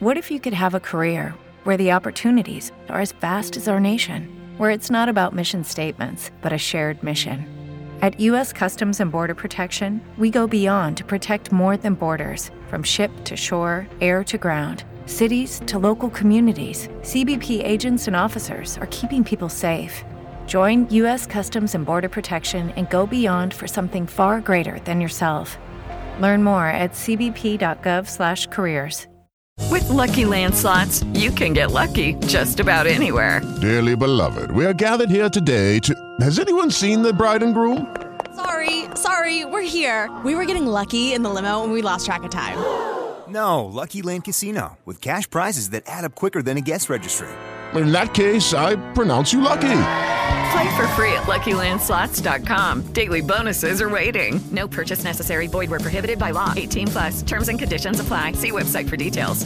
What if you could have a career where the opportunities are as vast as our nation, where it's not about mission statements, but a shared mission? At U.S. Customs and Border Protection, we go beyond to protect more than borders. From ship to shore, air to ground, cities to local communities, CBP agents and officers are keeping people safe. Join U.S. Customs and Border Protection and go beyond for something far greater than yourself. Learn more at cbp.gov/careers. With Lucky Land Slots, you can get lucky just about anywhere. Dearly beloved, we are gathered here today to... Has anyone seen the bride and groom? Sorry, we're here. We were getting lucky in the limo and we lost track of time. No, Lucky Land Casino, with cash prizes that add up quicker than a guest registry. In that case, I pronounce you lucky. Play for free at LuckyLandSlots.com. Daily bonuses are waiting. No purchase necessary. Void where prohibited by law. 18+. Terms and conditions apply. See website for details.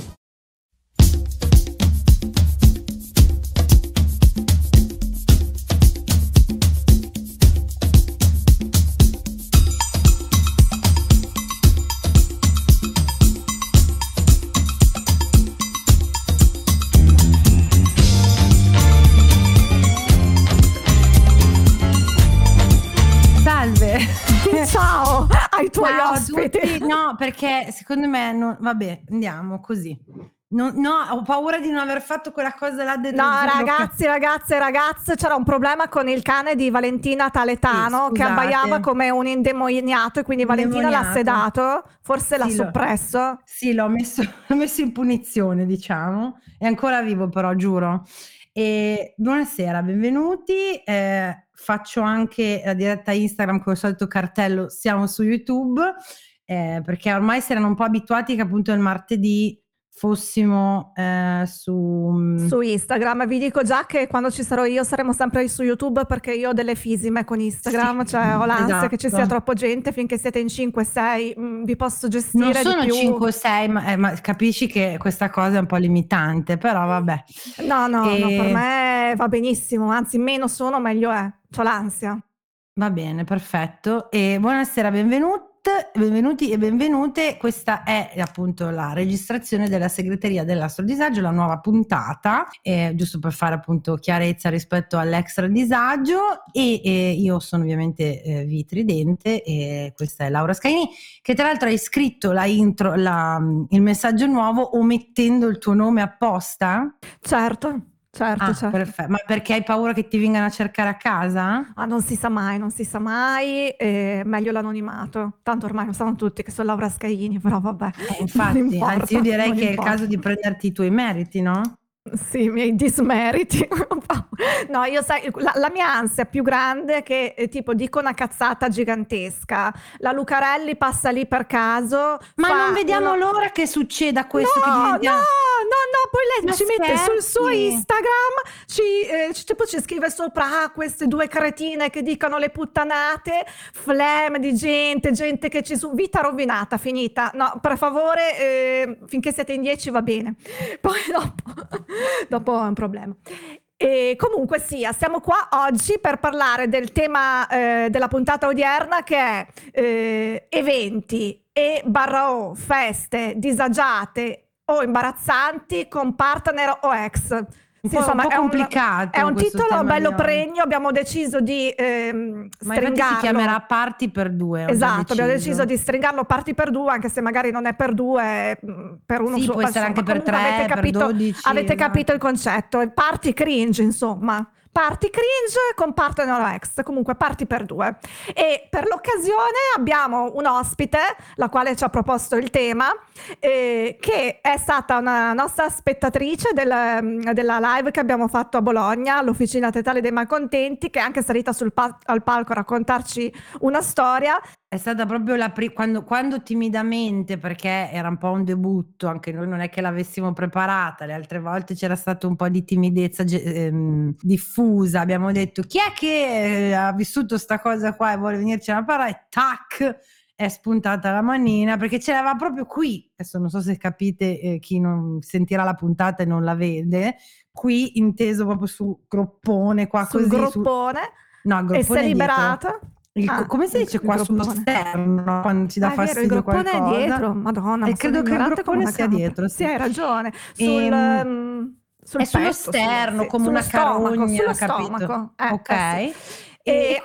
Ciao ai tuoi ospiti. Tutti. No, perché secondo me vabbè, andiamo così. No, ho paura di non aver fatto quella cosa là dentro. No, ragazze, c'era un problema con il cane di Valentina Taletano, che abbaiava come un indemoniato e quindi Valentina l'ha sedato, forse l'ha soppresso. Sì, l'ho messo in punizione, diciamo. È ancora vivo però, giuro. E buonasera, benvenuti. Faccio anche la diretta Instagram con il solito cartello, siamo su YouTube, perché ormai si erano un po' abituati che appunto il martedì fossimo su Instagram. Vi dico già che quando ci sarò io saremo sempre su YouTube, perché io ho delle fisime con Instagram, sì, cioè ho l'ansia che ci sia troppo gente. Finché siete in 5-6 vi posso gestire non sono di più. 5-6 ma capisci che questa cosa è un po' limitante, però vabbè. No, per me va benissimo, anzi meno sono meglio è, c'ho l'ansia. Va bene, perfetto. E buonasera, benvenuti e benvenute. Questa è appunto la registrazione della segreteria dell'Astro Disagio, la nuova puntata, giusto per fare appunto chiarezza rispetto all'extra disagio. E io sono ovviamente Vitridente e questa è Laura Scaini, che tra l'altro hai scritto la intro, il messaggio nuovo omettendo il tuo nome apposta? Certo. Perfetto. Ma perché hai paura che ti vengano a cercare a casa? Non si sa mai, meglio l'anonimato. Tanto ormai lo sanno tutti che sono Laura Scaini, però vabbè. Infatti, anzi io direi che è il caso di prenderti i tuoi meriti, no? Sì, i miei dismeriti. No, io sai, la mia ansia più grande è che tipo dico una cazzata gigantesca, la Lucarelli passa lì per caso, ma non vediamo l'ora che succeda questo. No, poi lei ci mette sul suo Instagram, ci scrive sopra queste due cretine che dicono le puttanate, flemme di gente che vita rovinata, finita. No, per favore, finché siete in 10 va bene, poi dopo è un problema. E comunque sia, siamo qua oggi per parlare del tema della puntata odierna, che è eventi e / feste disagiate o imbarazzanti con partner o ex. Sì, insomma, un po' complicato. È un titolo bello pregno, abbiamo deciso di stringarlo. Si chiamerà Party per 2. Esatto, abbiamo deciso di stringarlo Party per 2, anche se magari non è per 2, per uno sì, solo. Può essere anche per 3, per 12. Avete capito il concetto, il party cringe, insomma. Party cringe con partner o ex, comunque party per 2. E per l'occasione abbiamo un ospite, la quale ci ha proposto il tema, che è stata una nostra spettatrice della live che abbiamo fatto a Bologna, all'Officina Teatrale dei Malcontenti, che è anche salita al palco a raccontarci una storia. È stata proprio quando timidamente, perché era un po' un debutto, anche noi non è che l'avessimo preparata, le altre volte c'era stato un po' di timidezza diffusa, abbiamo detto chi è che ha vissuto sta cosa qua e vuole venirci a parlare, e tac, è spuntata la manina, perché ce l'aveva proprio qui. Adesso non so se capite, chi non sentirà la puntata e non la vede, qui inteso proprio sul groppone qua, sul così. Groppone. No, il groppone e si è liberata. dietro. Come si dice qua sullo sterno quando ci dà fastidio qualcosa? Il groppone è dietro, madonna. Credo che il groppone sia dietro. Sì, hai ragione. Sullo sterno, come una carogna, capito? Ok. E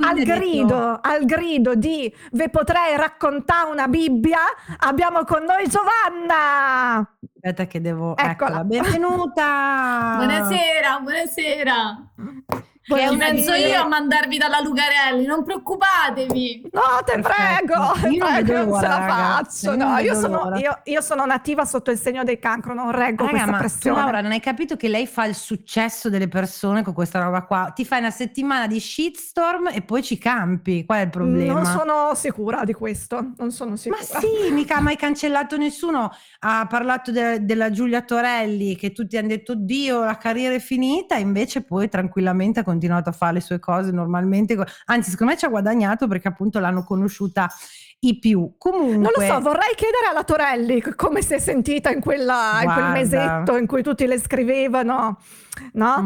al grido di "ve potrei raccontare una Bibbia", abbiamo con noi Giovanna. Aspetta che Eccola. Benvenuta. Buonasera. Che penso io a mandarvi dalla Lucarelli, non preoccupatevi. No, te prego, Io non vedo non l'ora, ce la ragazzi, faccio. No, l'ora. io sono nativa sotto il segno del cancro, non reggo questa ma pressione. tu, Laura, non hai capito che lei fa il successo delle persone con questa roba qua? Ti fai una settimana di shitstorm e poi ci campi. Qual è il problema? Non sono sicura di questo, non sono sicura. Ma sì, mica ha mai cancellato nessuno. Ha parlato della Giulia Torelli, che tutti hanno detto "Dio, la carriera è finita", invece poi tranquillamente ha continuato a fare le sue cose normalmente, anzi secondo me ci ha guadagnato perché appunto l'hanno conosciuta i più. Comunque non lo so, vorrei chiedere alla Torelli come si è sentita in quel mesetto in cui tutti le scrivevano, no?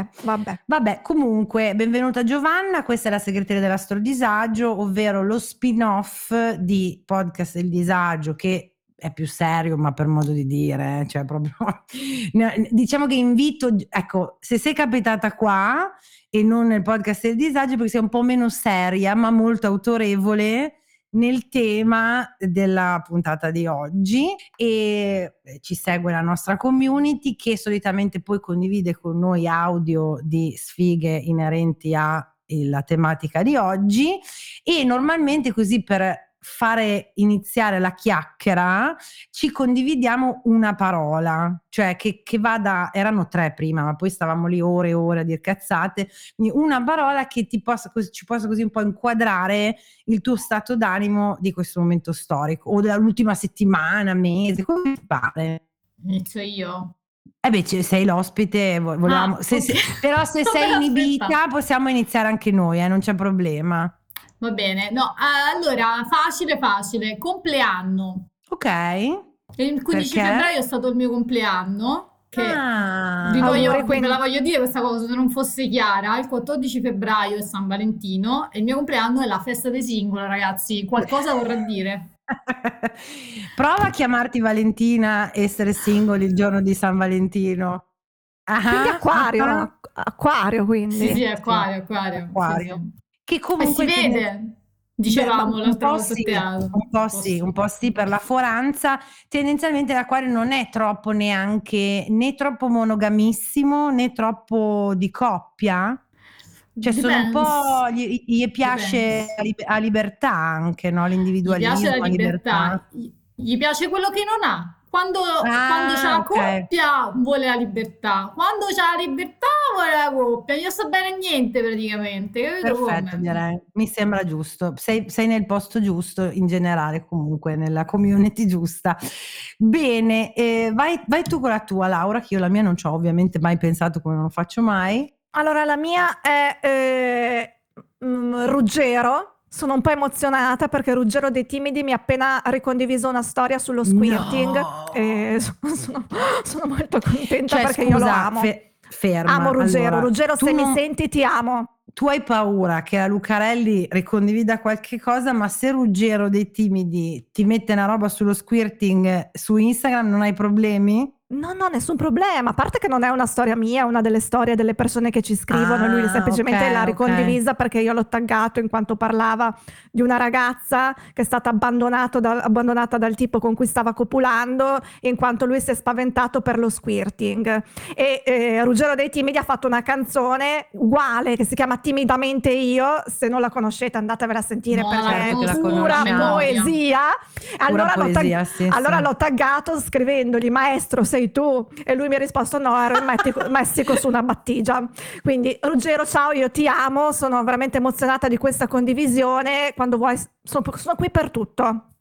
Vabbè, comunque benvenuta Giovanna, questa è la segreteria dell'Astrodisagio, ovvero lo spin-off di Podcast del Disagio, che è più serio, ma per modo di dire, cioè proprio diciamo che invito, ecco, se sei capitata qua e non nel Podcast del Disagio, perché sei un po' meno seria ma molto autorevole nel tema della puntata di oggi, e ci segue la nostra community, che solitamente poi condivide con noi audio di sfighe inerenti alla tematica di oggi, e normalmente così per fare iniziare la chiacchiera ci condividiamo una parola, cioè che va da, erano 3 prima ma poi stavamo lì ore e ore a dire cazzate, quindi una parola che ci possa così un po' inquadrare il tuo stato d'animo di questo momento storico o dell'ultima settimana, mese, come ti pare. Inizio io? Sei l'ospite, volevamo, però se sei inibita possiamo iniziare anche noi, non c'è problema. Va bene, no, allora facile, compleanno. Ok. Il 15 febbraio è stato il mio compleanno, che ve la voglio dire questa cosa se non fosse chiara. Il 14 febbraio è San Valentino e il mio compleanno è la festa dei single, ragazzi, qualcosa vorrà dire. Prova a chiamarti Valentina, essere single il giorno di San Valentino. Quindi acquario quindi. Sì, acquario. Sì. Che comunque si vede, dicevamo l'altra volta a teatro. Un po' sì, per la foranza. Tendenzialmente l'acquario non è troppo neanche né troppo monogamissimo né troppo di coppia. Cioè sono un po', gli piace a libertà anche, no? L'individualismo, gli piace la libertà. Gli piace quello che non ha. Quando c'è la coppia vuole la libertà, quando c'è la libertà vuole la coppia, non sta bene niente praticamente. Perfetto, direi. Mi sembra giusto, sei nel posto giusto in generale, comunque nella community giusta. Bene, vai tu con la tua, Laura, che io la mia non ci ho ovviamente mai pensato, come non faccio mai. Allora la mia è Ruggero. Sono un po' emozionata perché Ruggero dei Timidi mi ha appena ricondiviso una storia sullo squirting. No. E sono molto contenta, cioè, perché io lo amo. Ferma. Amo Ruggero. Allora, Ruggero, se mi senti, ti amo. Tu hai paura che la Lucarelli ricondivida qualche cosa, ma se Ruggero dei Timidi ti mette una roba sullo squirting su Instagram non hai problemi? No, nessun problema, a parte che non è una storia mia, è una delle storie delle persone che ci scrivono, lui semplicemente l'ha ricondivisa perché io l'ho taggato in quanto parlava di una ragazza che è stata abbandonata dal tipo con cui stava copulando, in quanto lui si è spaventato per lo squirting, e Ruggero dei Timidi ha fatto una canzone uguale che si chiama Timidamente Io, se non la conoscete andatevela a sentire perché è pura poesia. Allora l'ho taggato scrivendogli "maestro sei tu", e lui mi ha risposto "no, ero in Messico su una battigia". Quindi Ruggero, ciao, io ti amo, sono veramente emozionata di questa condivisione, quando vuoi sono qui per tutto.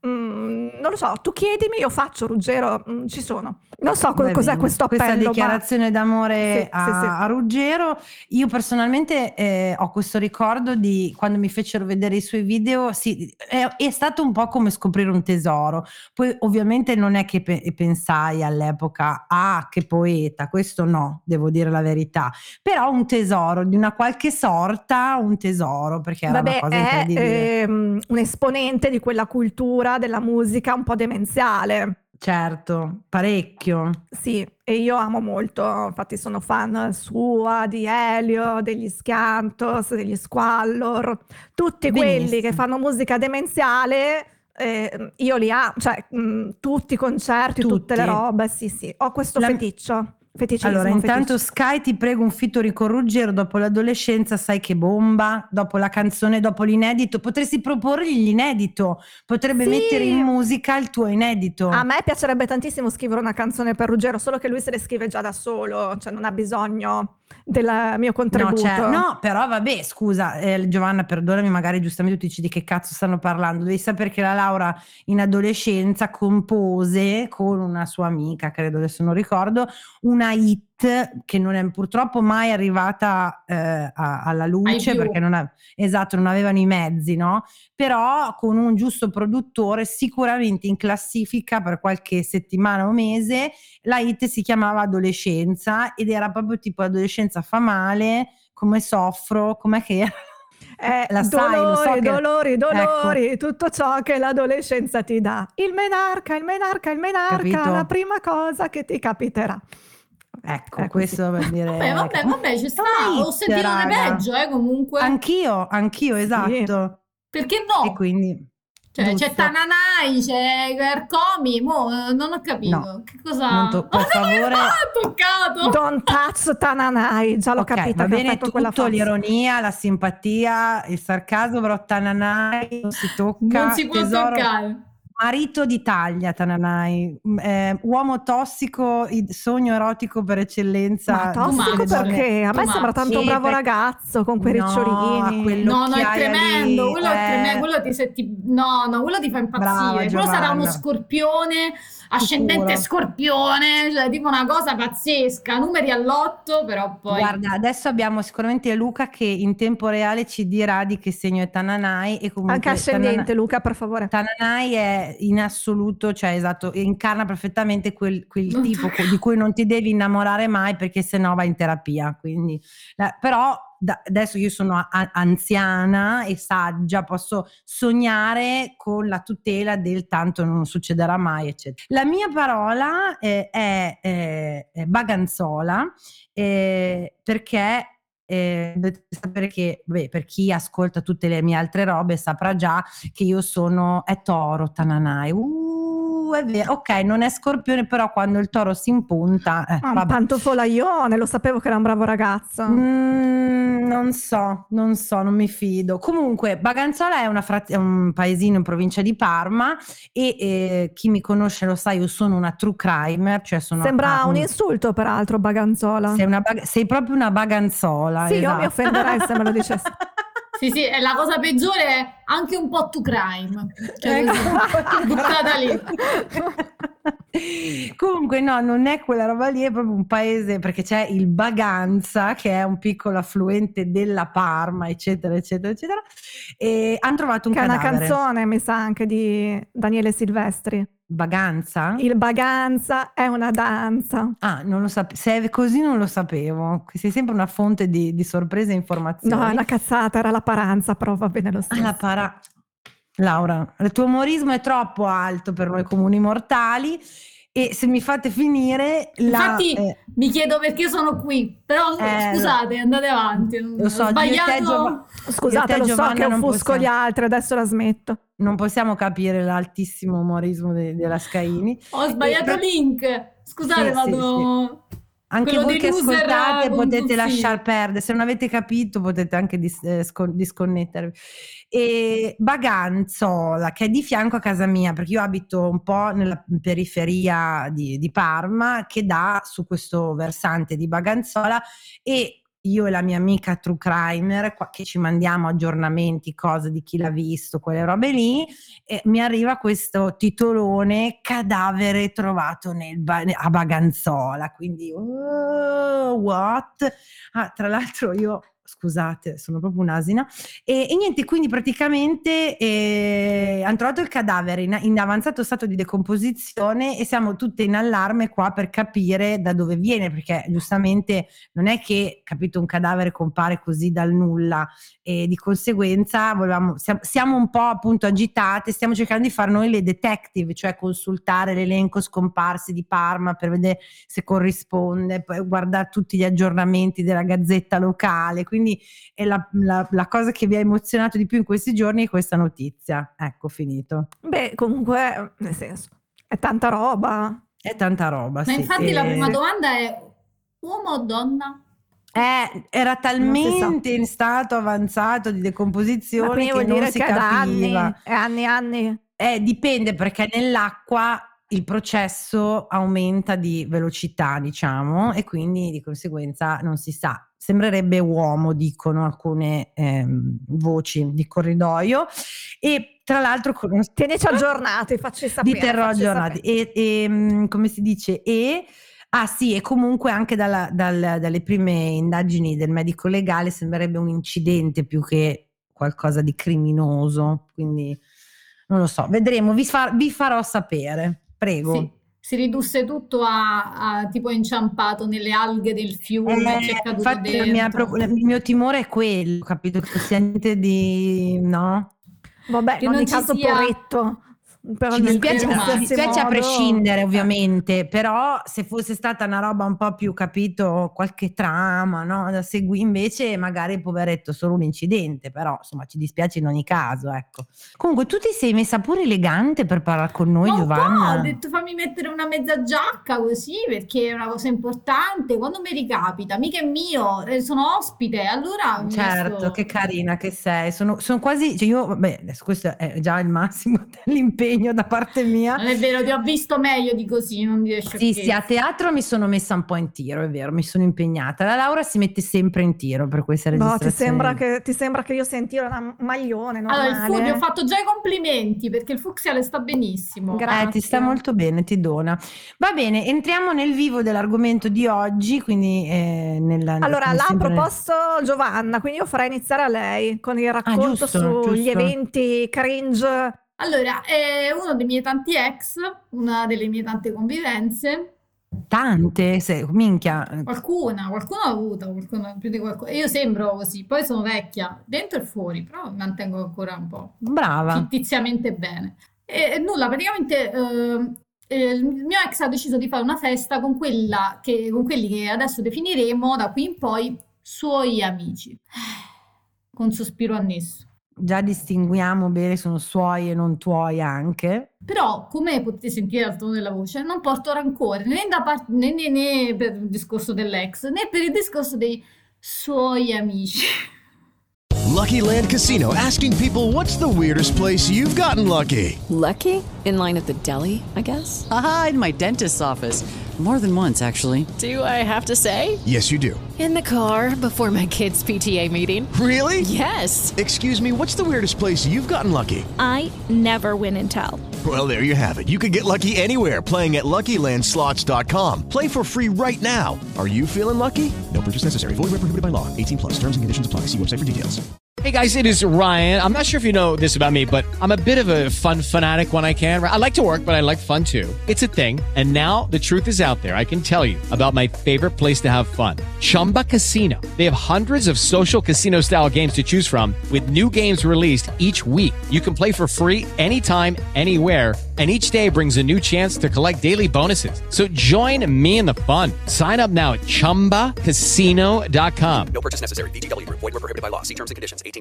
non lo so, tu chiedimi, io faccio, Ruggero, ci sono. Non so cos'è questo appello. Questa dichiarazione d'amore sì. a Ruggero. Io personalmente ho questo ricordo di quando mi fecero vedere i suoi video, sì, è stato un po' come scoprire un tesoro. Poi ovviamente non è che pensai all'epoca, che poeta, questo no, devo dire la verità, però un tesoro, di una qualche sorta, un tesoro, perché era una cosa incredibile. È un esponente di quella cultura della musica un po' demenziale. Certo, parecchio. Sì, e io amo molto, infatti sono fan sua, di Elio, degli Scantos, degli Squallor, tutti quelli che fanno musica demenziale, io li amo, cioè tutti i concerti, tutte le robe, sì, ho questo feticcio. Allora, intanto Sky, ti prego un featuring con Ruggero dopo l'adolescenza, sai che bomba, dopo la canzone, dopo l'inedito, potresti proporgli l'inedito, potrebbe mettere in musica il tuo inedito. A me piacerebbe tantissimo scrivere una canzone per Ruggero, solo che lui se le scrive già da solo, cioè non ha bisogno del mio contributo. No, però vabbè, scusa, Giovanna, perdonami, magari giustamente tu dici di che cazzo stanno parlando, devi sapere che la Laura in adolescenza compose con una sua amica, credo, adesso non ricordo, una hit che non è purtroppo mai arrivata alla luce perché non avevano i mezzi, no? Però con un giusto produttore, sicuramente in classifica per qualche settimana o mese, la hit si chiamava Adolescenza ed era proprio tipo adolescenza fa male, come soffro, com'è che era? La dolori, ecco. tutto ciò che l'adolescenza ti dà. Il menarca, capito? la prima cosa che ti capiterà. Ecco, questo per dire. Vabbè, ci sta. Ho sentito di peggio, comunque. Anch'io, esatto. Perché no? E quindi. Cioè, c'è Tananai, c'è Ercomi, non ho capito. No, che cosa? Per favore. Toccato. Don't touch Tananai, già l'ho capita. Va bene tutto, l'ironia, la simpatia, il sarcasmo, però Tananai non si tocca. Non si può toccare. Marito d'Italia, Tananai, uomo tossico, sogno erotico per eccellenza. Ma tossico perché? A me sembra tanto un bravo ragazzo con quei ricciolini. No, è tremendo. Quello ti fa impazzire. Quello sarà uno scorpione, ascendente scorpione, cioè tipo una cosa pazzesca. Numeri all'8, però poi. Guarda, adesso abbiamo sicuramente Luca che in tempo reale ci dirà di che segno è Tananai e comunque anche ascendente, Luca, per favore. Tananai è in assoluto, cioè esatto, incarna perfettamente quel tipo di cui non ti devi innamorare mai perché sennò vai in terapia, quindi però adesso io sono anziana e saggia, posso sognare con la tutela del tanto non succederà mai, eccetera. La mia parola è baganzola, perché dovete sapere che per chi ascolta tutte le mie altre robe saprà già che io è toro, Tananai. È vero, ok, non è scorpione, però quando il toro si impunta un pantofolaione, lo sapevo che era un bravo ragazzo. Non so, non mi fido. Comunque Baganzola è un paesino in provincia di Parma e chi mi conosce lo sa, io sono una true crimer, cioè sembra un insulto peraltro, Baganzola. Sei proprio una baganzola. Sì, esatto. Io mi offenderei se me lo dicessi. Sì, è la cosa peggiore, è anche un po' to crime, cioè buttata lì. Comunque no, non è quella roba lì, è proprio un paese, perché c'è il Baganza che è un piccolo affluente della Parma, eccetera eccetera eccetera, e hanno trovato un cadavere. È una canzone, mi sa, anche di Daniele Silvestri. Baganza? Il Baganza è una danza. Non lo sapevo. Se è così non lo sapevo. Sei sempre una fonte di sorprese e informazioni. No, è una cazzata, era la Paranza, però va bene lo stesso. Laura, il tuo umorismo è troppo alto per noi comuni mortali e se mi fate finire infatti mi chiedo perché sono qui, però scusate, andate avanti. Lo so, scusate, lo so che offusco gli altri, adesso la smetto. Non possiamo capire l'altissimo umorismo della Scaini. Ho sbagliato link, scusate, vado... Sì. Anche voi che ascoltate potete lasciar perdere, se non avete capito potete anche disconnettervi. E Baganzola, che è di fianco a casa mia, perché io abito un po' nella periferia di Parma, che dà su questo versante di Baganzola, e io e la mia amica True Crimer che ci mandiamo aggiornamenti, cose di chi l'ha visto, quelle robe lì, e mi arriva questo titolone: cadavere trovato a Baganzola, quindi what? Tra l'altro io, scusate, sono proprio un'asina, e niente, quindi praticamente hanno trovato il cadavere in avanzato stato di decomposizione e siamo tutte in allarme qua per capire da dove viene, perché giustamente non è che, capito, un cadavere compare così dal nulla, e di conseguenza siamo un po' appunto agitate, stiamo cercando di fare noi le detective, cioè consultare l'elenco scomparsi di Parma per vedere se corrisponde, poi guardare tutti gli aggiornamenti della gazzetta locale. Quindi è la cosa che vi ha emozionato di più in questi giorni è questa notizia. Ecco, finito. Beh, comunque, nel senso, è tanta roba. È tanta roba, Ma sì. infatti la prima domanda è: uomo o donna? Era talmente in stato avanzato di decomposizione che non si capiva. Anni. Dipende, perché nell'acqua il processo aumenta di velocità, diciamo, e quindi di conseguenza non si sa. Sembrerebbe uomo, dicono alcune voci di corridoio, e tra l'altro tienici aggiornati, facci sapere. Vi terrò aggiornati. E come si dice? Sì, e comunque anche dalle prime indagini del medico legale sembrerebbe un incidente più che qualcosa di criminoso, quindi non lo so, vedremo, vi farò sapere, prego. Sì, si ridusse tutto a tipo inciampato nelle alghe del fiume, c'è caduto infatti dentro. il mio timore è quello, capito, che sia niente di... no? Vabbè, in ogni caso poretto. Ci dispiace a prescindere, ovviamente, però se fosse stata una roba un po' più, capito, qualche trama, no, da seguire, invece magari poveretto solo un incidente, però insomma ci dispiace in ogni caso, ecco. Comunque tu ti sei messa pure elegante per parlare con noi, Giovanna. Ho detto fammi mettere una mezza giacca così, perché è una cosa importante, quando mi ricapita, mica è mio, sono ospite, allora certo, che carina che sei, sono quasi, cioè io, vabbè, questo è già il massimo dell'impegno da parte mia. Non è vero, ti ho visto meglio di così, non dire sciocchezze. Sì, a teatro mi sono messa un po' in tiro, è vero, mi sono impegnata. La Laura si mette sempre in tiro per questa registrazione. No, ti sembra che io sia in tiro da maglione, normale. Allora, vi ho fatto già i complimenti, perché il fucsia le sta benissimo. Grazie. Ti sta molto bene, ti dona. Va bene, entriamo nel vivo dell'argomento di oggi, quindi allora, l'ha proposto Giovanna, quindi io farei iniziare a lei con il racconto sugli eventi cringe. Allora, è uno dei miei tanti ex, una delle mie tante convivenze. Tante? Minchia. Qualcuno ha avuto, più di qualcuno. Io sembro così, poi sono vecchia, dentro e fuori, però mi mantengo ancora un po'. Brava. Fittiziamente bene. E nulla, praticamente il mio ex ha deciso di fare una festa con quelli che adesso definiremo da qui in poi suoi amici. Con sospiro annesso. Già distinguiamo bene, sono suoi e non tuoi anche. Però, come potete sentire dal tono della voce, non porto rancore né per il discorso dell'ex, né per il discorso dei suoi amici. Lucky Land Casino, asking people, what's the weirdest place you've gotten lucky? Lucky? In line at the deli, I guess? Aha, in my dentist's office. More than once, actually. Do I have to say? Yes, you do. In the car before my kids' PTA meeting. Really? Yes. Excuse me, what's the weirdest place you've gotten lucky? I never win and tell. Well, there you have it. You can get lucky anywhere, playing at LuckyLandSlots.com. Play for free right now. Are you feeling lucky? No purchase necessary. Void where prohibited by law. 18+. Terms and conditions apply. See website for details. Hey guys, it is Ryan. I'm not sure if you know this about me, but I'm a bit of a fun fanatic when I can. I like to work, but I like fun too. It's a thing. And now the truth is out there. I can tell you about my favorite place to have fun. Chumba Casino. They have hundreds of social casino style games to choose from with new games released each week. You can play for free anytime, anywhere. And each day brings a new chance to collect daily bonuses. So join me in the fun. Sign up now at ChumbaCasino.com. No purchase necessary. VGW. Void where prohibited by law. See terms and conditions. 18+.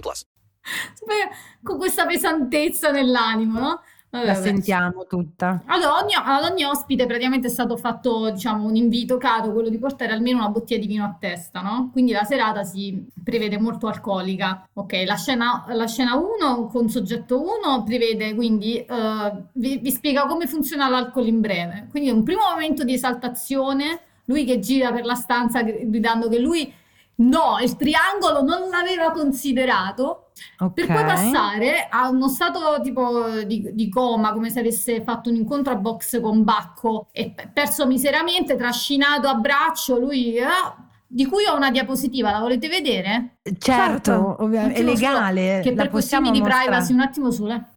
Con questa pesantezza nell'animo, no? La sentiamo tutta. Allora, ad ogni ospite praticamente è stato fatto, diciamo, un invito caro, quello di portare almeno una bottiglia di vino a testa, no? Quindi la serata si prevede molto alcolica. Ok, la scena 1 con soggetto 1 prevede quindi, vi spiega come funziona l'alcol in breve. Quindi un primo momento di esaltazione, lui che gira per la stanza gridando che lui No, il triangolo non l'aveva considerato, per poi passare a uno stato tipo di coma, come se avesse fatto un incontro a box con Bacco e perso miseramente, trascinato a braccio, lui... di cui ho una diapositiva, la volete vedere? Certo, ovviamente, è legale. Che per questioni di privacy, un attimo sole.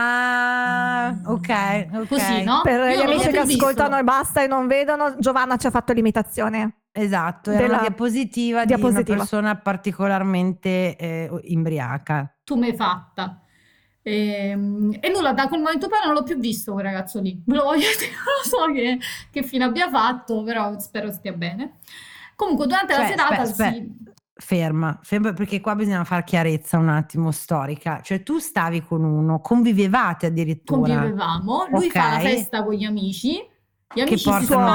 Ok. Così, no? Per Io gli amici che visto. ascoltano e basta e non vedono, Giovanna ci ha fatto l'imitazione. Esatto, è una diapositiva di una persona particolarmente imbriaca. Tu mi hai fatta. E nulla, da quel momento poi non l'ho più visto quel ragazzo lì. Me lo voglio dire, non so che fine abbia fatto, però spero stia bene. Comunque durante la serata ferma, perché qua bisogna fare chiarezza un attimo storica. Cioè tu stavi con uno, convivevate addirittura. Convivevamo, lui fa la festa con gli amici, gli amici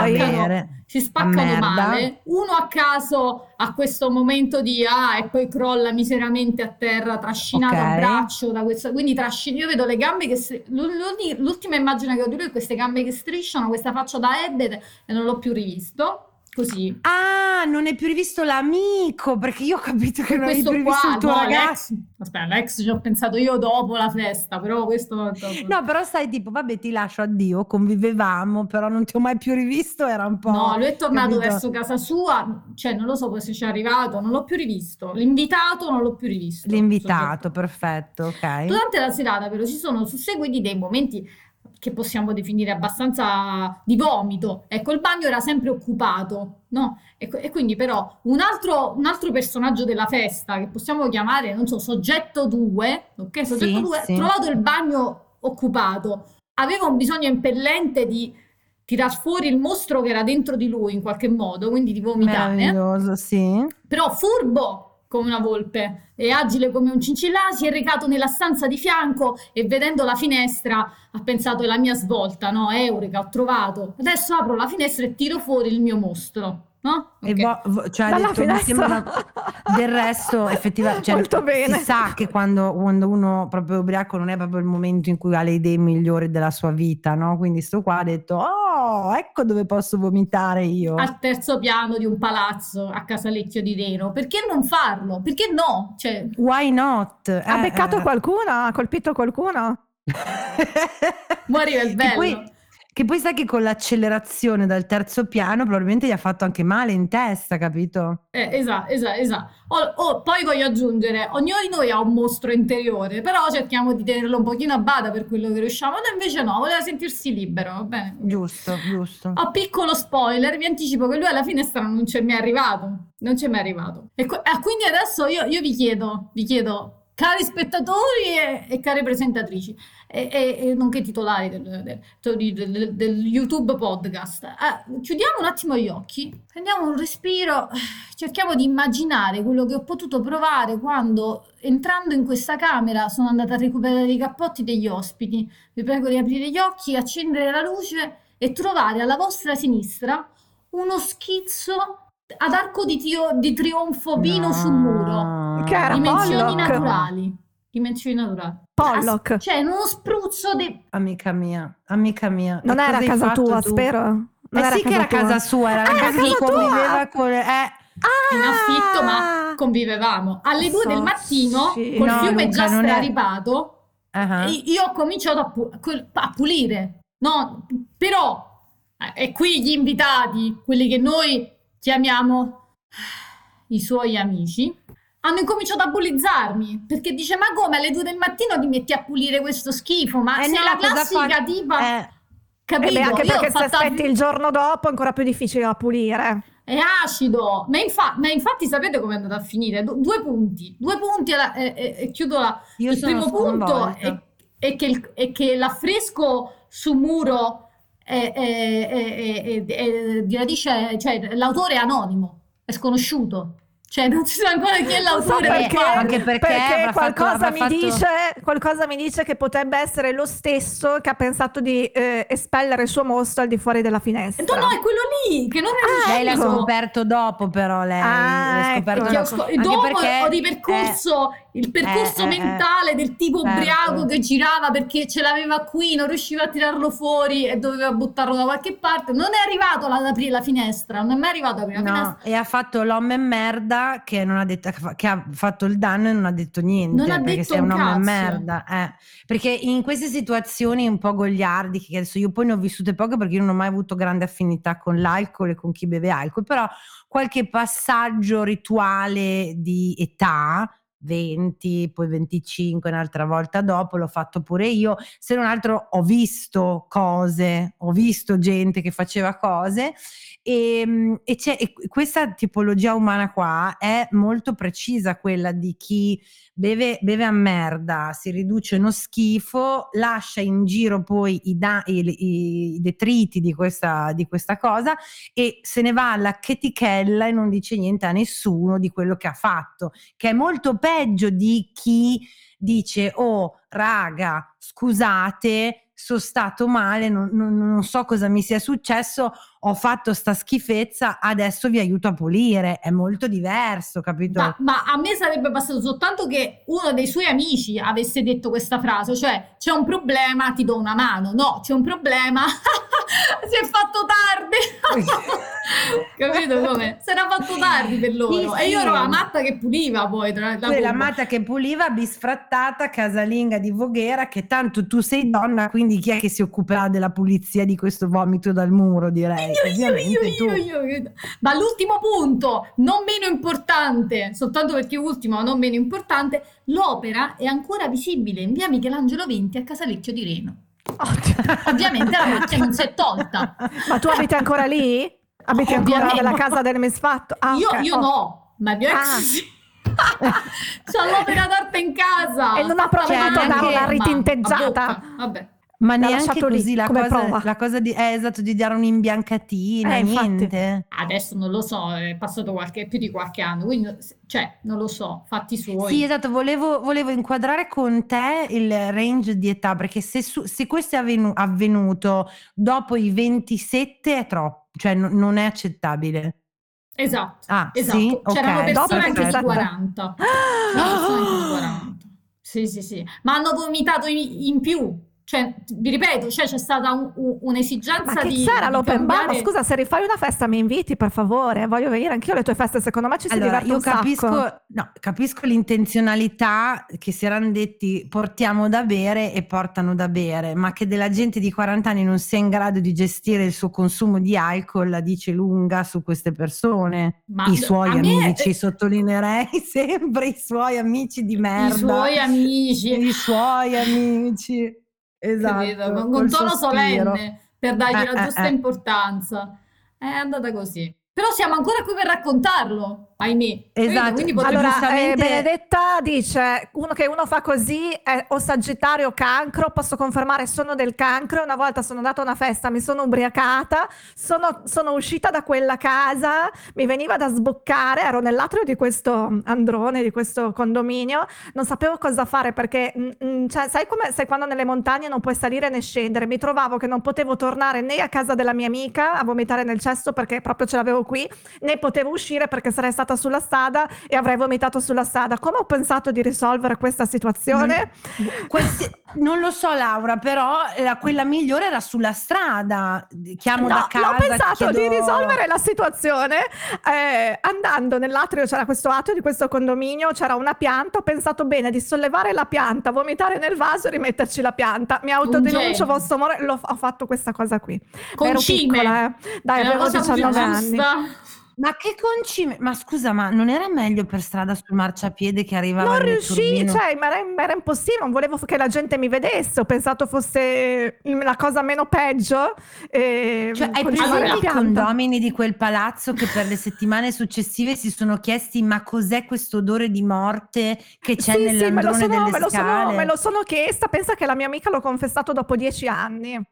si spaccano male, uno a caso a questo momento di e poi crolla miseramente a terra, trascinato a braccio da questo, quindi io vedo le gambe che l'ultima immagine che ho di lui è queste gambe che strisciano, questa faccia da Herbert, e non l'ho più rivisto. Così. Non hai più rivisto l'amico, perché io ho capito che non hai più rivisto il tuo ragazzo. L'ex ci ho pensato io dopo la festa, però questo dopo. No, però sai, tipo, vabbè, ti lascio, addio, convivevamo, però non ti ho mai più rivisto, era un po'... No, lui è tornato verso casa sua, cioè non lo so poi se ci è arrivato, non l'ho più rivisto. L'invitato non l'ho più rivisto. L'invitato, perfetto, ok. Durante la serata però ci sono susseguiti dei momenti che possiamo definire abbastanza di vomito. Ecco, il bagno era sempre occupato, no? E quindi però un altro personaggio della festa, che possiamo chiamare, non so, soggetto 2, ok? Soggetto 2, trovato il bagno occupato, aveva un bisogno impellente di tirar fuori il mostro che era dentro di lui in qualche modo, quindi di vomitare. Meraviglioso, sì. Però furbo come una volpe e agile come un cincillà, si è recato nella stanza di fianco e vedendo la finestra ha pensato: è la mia svolta, no? Eureka, ho trovato. Adesso apro la finestra e tiro fuori il mio mostro, no? Okay. Cioè, ha detto, mi sembra del resto effettivamente, cioè, molto bene. Si sa che quando uno proprio ubriaco non è proprio il momento in cui ha le idee migliori della sua vita, no? Quindi sto qua ha detto: ecco dove posso vomitare io. Al terzo piano di un palazzo a Casalecchio di Reno. Perché non farlo? Perché no? Cioè, why not? Ha beccato qualcuno? Ha colpito qualcuno? Moriva il bello. Che poi sai che con l'accelerazione dal terzo piano probabilmente gli ha fatto anche male in testa, capito? Esatto. Poi voglio aggiungere, ognuno di noi ha un mostro interiore, però cerchiamo di tenerlo un pochino a bada per quello che riusciamo. E invece no, voleva sentirsi libero, va bene? Giusto. Piccolo spoiler, vi anticipo che lui alla finestra non ci è mai arrivato. E quindi adesso io vi chiedo, cari spettatori e care presentatrici e nonché titolari del YouTube podcast, chiudiamo un attimo gli occhi, prendiamo un respiro, cerchiamo di immaginare quello che ho potuto provare quando, entrando in questa camera, sono andata a recuperare i cappotti degli ospiti. Vi prego di aprire gli occhi, accendere la luce e trovare alla vostra sinistra uno schizzo ad arco di trionfo vino sul muro. Che era dimensioni Pollock. naturali. Pollock. Cioè uno spruzzo di... Amica mia. Non era a casa tua, spero? Sì che era a casa sua, era a casa che conviveva con... in affitto, ma convivevamo. Alle 2 del mattino, col fiume già straripato, io ho cominciato a pulire. No, però, e qui gli invitati, quelli che noi chiamiamo i suoi amici, hanno incominciato a bullizzarmi, perché dice: ma come alle 2 del mattino ti metti a pulire questo schifo? Ma sei la classica tipa... Capito? Anche perché se aspetti il giorno dopo è ancora più difficile da pulire. È acido, ma infatti sapete come è andata a finire? Due punti e chiudo il primo punto è che l'affresco su muro è di radice, cioè l'autore è anonimo, è sconosciuto. Cioè non si sa ancora chi è l'autore. Anche perché qualcosa mi dice che potrebbe essere lo stesso che ha pensato di espellere il suo mostro al di fuori della finestra. No, è quello lì che non è lei l'ha scoperto dopo, però lei l'ha scoperto dopo ho ripercorso il percorso mentale del tipo ubriaco che girava perché ce l'aveva qui, non riusciva a tirarlo fuori e doveva buttarlo da qualche parte. Non è arrivato ad aprire la finestra, non è mai arrivato ad aprire la finestra. E ha fatto l'uomo e merda quella che non ha detto, che ha fatto il danno e non ha detto niente, Non ha perché detto sei un un uomo cazzo. merda. Perché in queste situazioni un po' goliardiche, che adesso io poi ne ho vissute poche perché io non ho mai avuto grande affinità con l'alcol e con chi beve alcol, però qualche passaggio rituale di età, 20, poi 25, un'altra volta dopo, l'ho fatto pure io. Se non altro ho visto cose, ho visto gente che faceva cose e questa tipologia umana qua è molto precisa, quella di chi beve a merda, si riduce uno schifo, lascia in giro poi i detriti di questa cosa e se ne va alla chetichella e non dice niente a nessuno di quello che ha fatto, che è molto peggio di chi dice: oh raga, scusate, sono stato male, non so cosa mi sia successo, ho fatto sta schifezza, adesso vi aiuto a pulire. È molto diverso, capito? Ma a me sarebbe bastato soltanto che uno dei suoi amici avesse detto questa frase, cioè c'è un problema, ti do una mano. No, c'è un problema, si è fatto tardi. Capito come? Si era fatto tardi per loro. Sì, e io ero la matta che puliva poi. La matta che puliva, bisfrattata, casalinga di Voghera, che tanto tu sei donna, quindi chi è che si occuperà della pulizia di questo vomito dal muro, direi. Io. Ma l'ultimo punto, non meno importante, soltanto perché ultimo, ma non meno importante, l'opera è ancora visibile in via Michelangelo 20 a Casalecchio di Reno. Ovviamente la macchina non si è tolta. Ma tu abiti ancora lì? Abiti ancora nella casa del misfatto? Io no, ma il mio ex sì. C'ha l'opera d'arte in casa e non ha provato a dare una ritinteggiata. Vabbè. Ma neanche così la cosa di esatto, di dare un'imbiancatina, niente. Adesso non lo so, è passato più di qualche anno, quindi non lo so, fatti suoi. Sì, esatto, volevo inquadrare con te il range di età, perché se questo è avvenuto dopo i 27 è troppo, cioè non è accettabile. Esatto. Sì? C'erano Okay. persone anche sui 40. Sì. Ma hanno vomitato in più. Cioè, vi ripeto, c'è stata un'esigenza ma che di c'era l'open bar? cambiare... Scusa, se rifai una festa mi inviti, per favore, voglio venire anch'io alle tue feste, secondo me ci si diverte un sacco. Capisco l'intenzionalità, che si erano detti portiamo da bere e portano da bere, ma che della gente di 40 anni non sia in grado di gestire il suo consumo di alcol la dice lunga su queste persone. I suoi amici, sottolineerei sempre i suoi amici di merda. I suoi amici. Esatto, con tono solenne per dargli la giusta importanza. È andata così. Però siamo ancora qui per raccontarlo, ahimè. Esatto. Quindi allora, Benedetta dice che uno fa così è o Sagittario o Cancro. Posso confermare, sono del Cancro. Una volta sono andata a una festa, mi sono ubriacata, sono uscita da quella casa, mi veniva da sboccare, ero nell'atrio di questo androne, di questo condominio, non sapevo cosa fare perché cioè, sai quando nelle montagne non puoi salire né scendere? Mi trovavo che non potevo tornare né a casa della mia amica a vomitare nel cesso perché proprio ce l'avevo qui, né potevo uscire perché sarei stata sulla strada e avrei vomitato sulla strada. Come ho pensato di risolvere questa situazione? Non lo so, Laura, però quella migliore era sulla strada. Chiamo da casa. Ho pensato di risolvere la situazione andando nell'atrio, c'era questo atrio di questo condominio, c'era una pianta, ho pensato bene di sollevare la pianta, vomitare nel vaso e rimetterci la pianta. Mi autodenuncio, vostro amore, ho fatto questa cosa qui. Ero piccola, dai, avevo 19 anni. Ma che concime? Ma scusa, ma non era meglio per strada sul marciapiede che arrivava? Non riuscii, cioè, era impossibile, non volevo che la gente mi vedesse, ho pensato fosse la cosa meno peggio. Cioè, hai presente i condomini di quel palazzo che per le settimane successive si sono chiesti ma cos'è questo odore di morte che c'è nell'androne delle scale? Me lo sono chiesta, pensa che la mia amica l'ho confessato dopo 10 anni.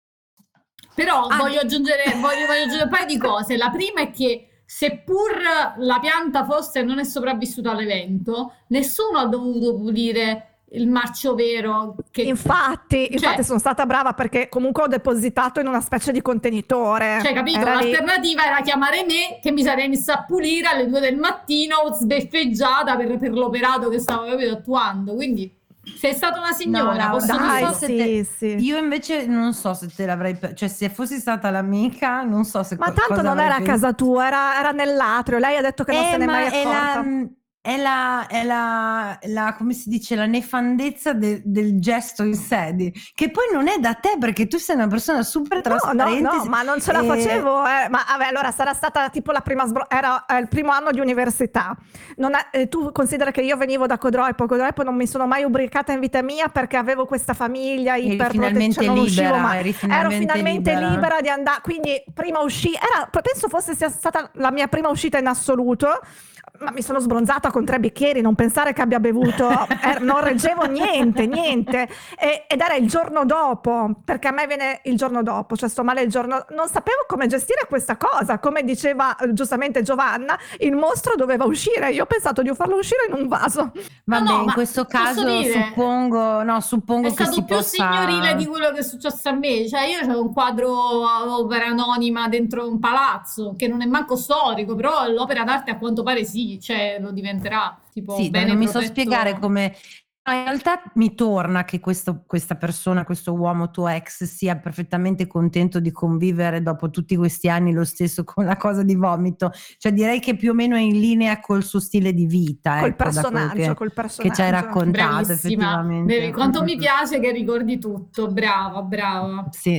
Però voglio aggiungere un paio di cose. La prima è che seppur la pianta forse non è sopravvissuta all'evento, nessuno ha dovuto pulire il marcio vero. Infatti sono stata brava perché comunque ho depositato in una specie di contenitore. Cioè, capito? L'alternativa era chiamare me, che mi sarei messa a pulire alle 2 del mattino, sbeffeggiata per l'operato che stavo attuando. Quindi Sei stata una signora, Io invece non so se te l'avrei, cioè se fossi stata l'amica, non so se. Ma tanto non era a casa tua, era nell'atrio. Lei ha detto che non se n'è mai accorta. È la come si dice, la nefandezza del gesto in sé, che poi non è da te, perché tu sei una persona super trasparente. No, ma non ce la facevo. Ma vabbè, allora sarà stata tipo la prima era il primo anno di università. Tu considera che io venivo da Codroipo non mi sono mai ubriacata in vita mia perché avevo questa famiglia iperprotettiva, non uscivo mai. Ero finalmente libera di andare, quindi prima penso fosse sia stata la mia prima uscita in assoluto. Ma mi sono sbronzata con 3 bicchieri, non pensare che abbia bevuto, non reggevo niente, ed era il giorno dopo, perché a me viene il giorno dopo, cioè sto male il giorno, non sapevo come gestire questa cosa, come diceva giustamente Giovanna, il mostro doveva uscire, io ho pensato di farlo uscire in un vaso. Vabbè, in questo caso suppongo è che stato si più possa... signorile di quello che è successo a me, cioè io c'avevo un quadro a opera anonima dentro un palazzo, che non è manco storico, però l'opera d'arte a quanto pare sì, cioè lo diventerà, tipo bene non mi protetto. so spiegare come. In realtà mi torna che questa persona, questo uomo tuo ex, sia perfettamente contento di convivere dopo tutti questi anni lo stesso con la cosa di vomito, cioè direi che più o meno è in linea col suo stile di vita, col personaggio che ci hai raccontato. Bravissima. Effettivamente. Quanto mi piace che ricordi tutto, brava. Sì.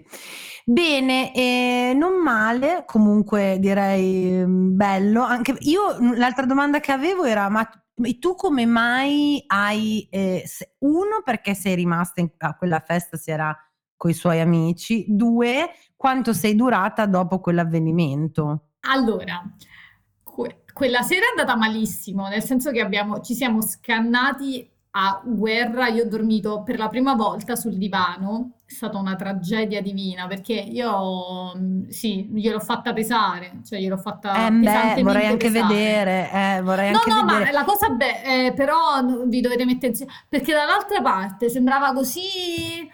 Bene, non male, comunque direi bello. Anche io l'altra domanda che avevo era: ma tu come mai hai uno, perché sei rimasta a quella festa, si era coi suoi amici, 2, quanto sei durata dopo quell'avvenimento? Allora, quella sera è andata malissimo, nel senso che ci siamo scannati a guerra. Io ho dormito per la prima volta sul divano, è stata una tragedia divina, perché io gliel'ho fatta pesare, cioè gliel'ho fatta pesantemente vorrei anche pesare. vedere, ma la cosa però vi dovete mettere insieme, perché dall'altra parte sembrava così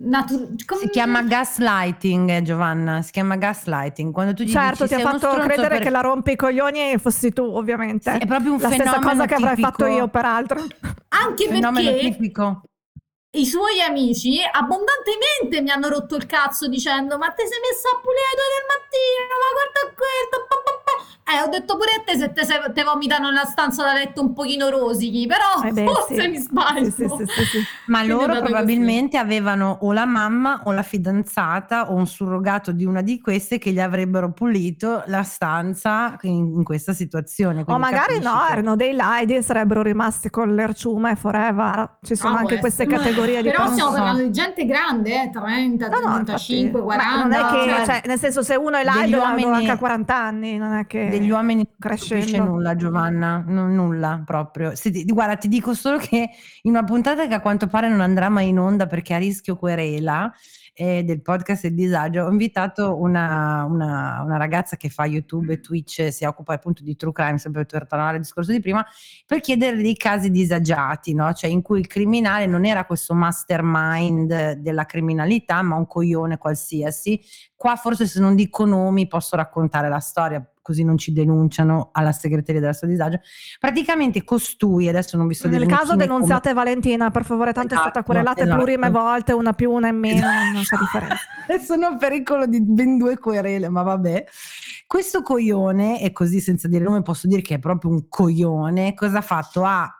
si chiama gaslighting, Giovanna, si chiama gaslighting, quando tu certo dici, ti ha fatto credere che la rompi i coglioni fossi tu, ovviamente. Sì, è proprio un fenomeno stessa cosa che avrei tipico. fatto io, peraltro, anche perché tipico. I suoi amici abbondantemente mi hanno rotto il cazzo dicendo: ma te sei messa a pulire alle 2 del mattino, ma guarda questo, ho detto pure a te se te vomitano nella stanza da letto un pochino rosichi, però forse mi sbaglio. Sì. Ma Quindi loro probabilmente avevano o la mamma o la fidanzata o un surrogato di una di queste che gli avrebbero pulito la stanza in questa situazione. O magari erano dei lady, sarebbero rimasti con l'erciume forever. Ci sono anche queste categorie di però persone. stiamo parlando di gente grande, 30, 35, infatti, 40. non è che, nel senso, se uno è laido lo anche a 40 anni, non è che degli uomini crescendo. Non capisce nulla, Giovanna, nulla proprio. Guarda, ti dico solo che in una puntata che a quanto pare non andrà mai in onda perché a rischio querela, del podcast Il Disagio, ho invitato una ragazza che fa YouTube e Twitch, si occupa appunto di true crime, sempre per tornare al discorso di prima, per chiedere dei casi disagiati, no? Cioè in cui il criminale non era questo mastermind della criminalità, ma un coglione qualsiasi. Qua forse, se non dico nomi, posso raccontare la storia, così non ci denunciano alla segreteria della Sto Disagio. Praticamente costui, adesso non vi sto dicendo. Nel caso denunziate Valentina, per favore, tanto è stata querelata plurime volte, una più, una in meno, non fa differenza. Adesso non pericolo di ben 2 querele, ma vabbè. Questo coglione, e così senza dire nome posso dire che è proprio un coglione, cosa ha fatto? Ha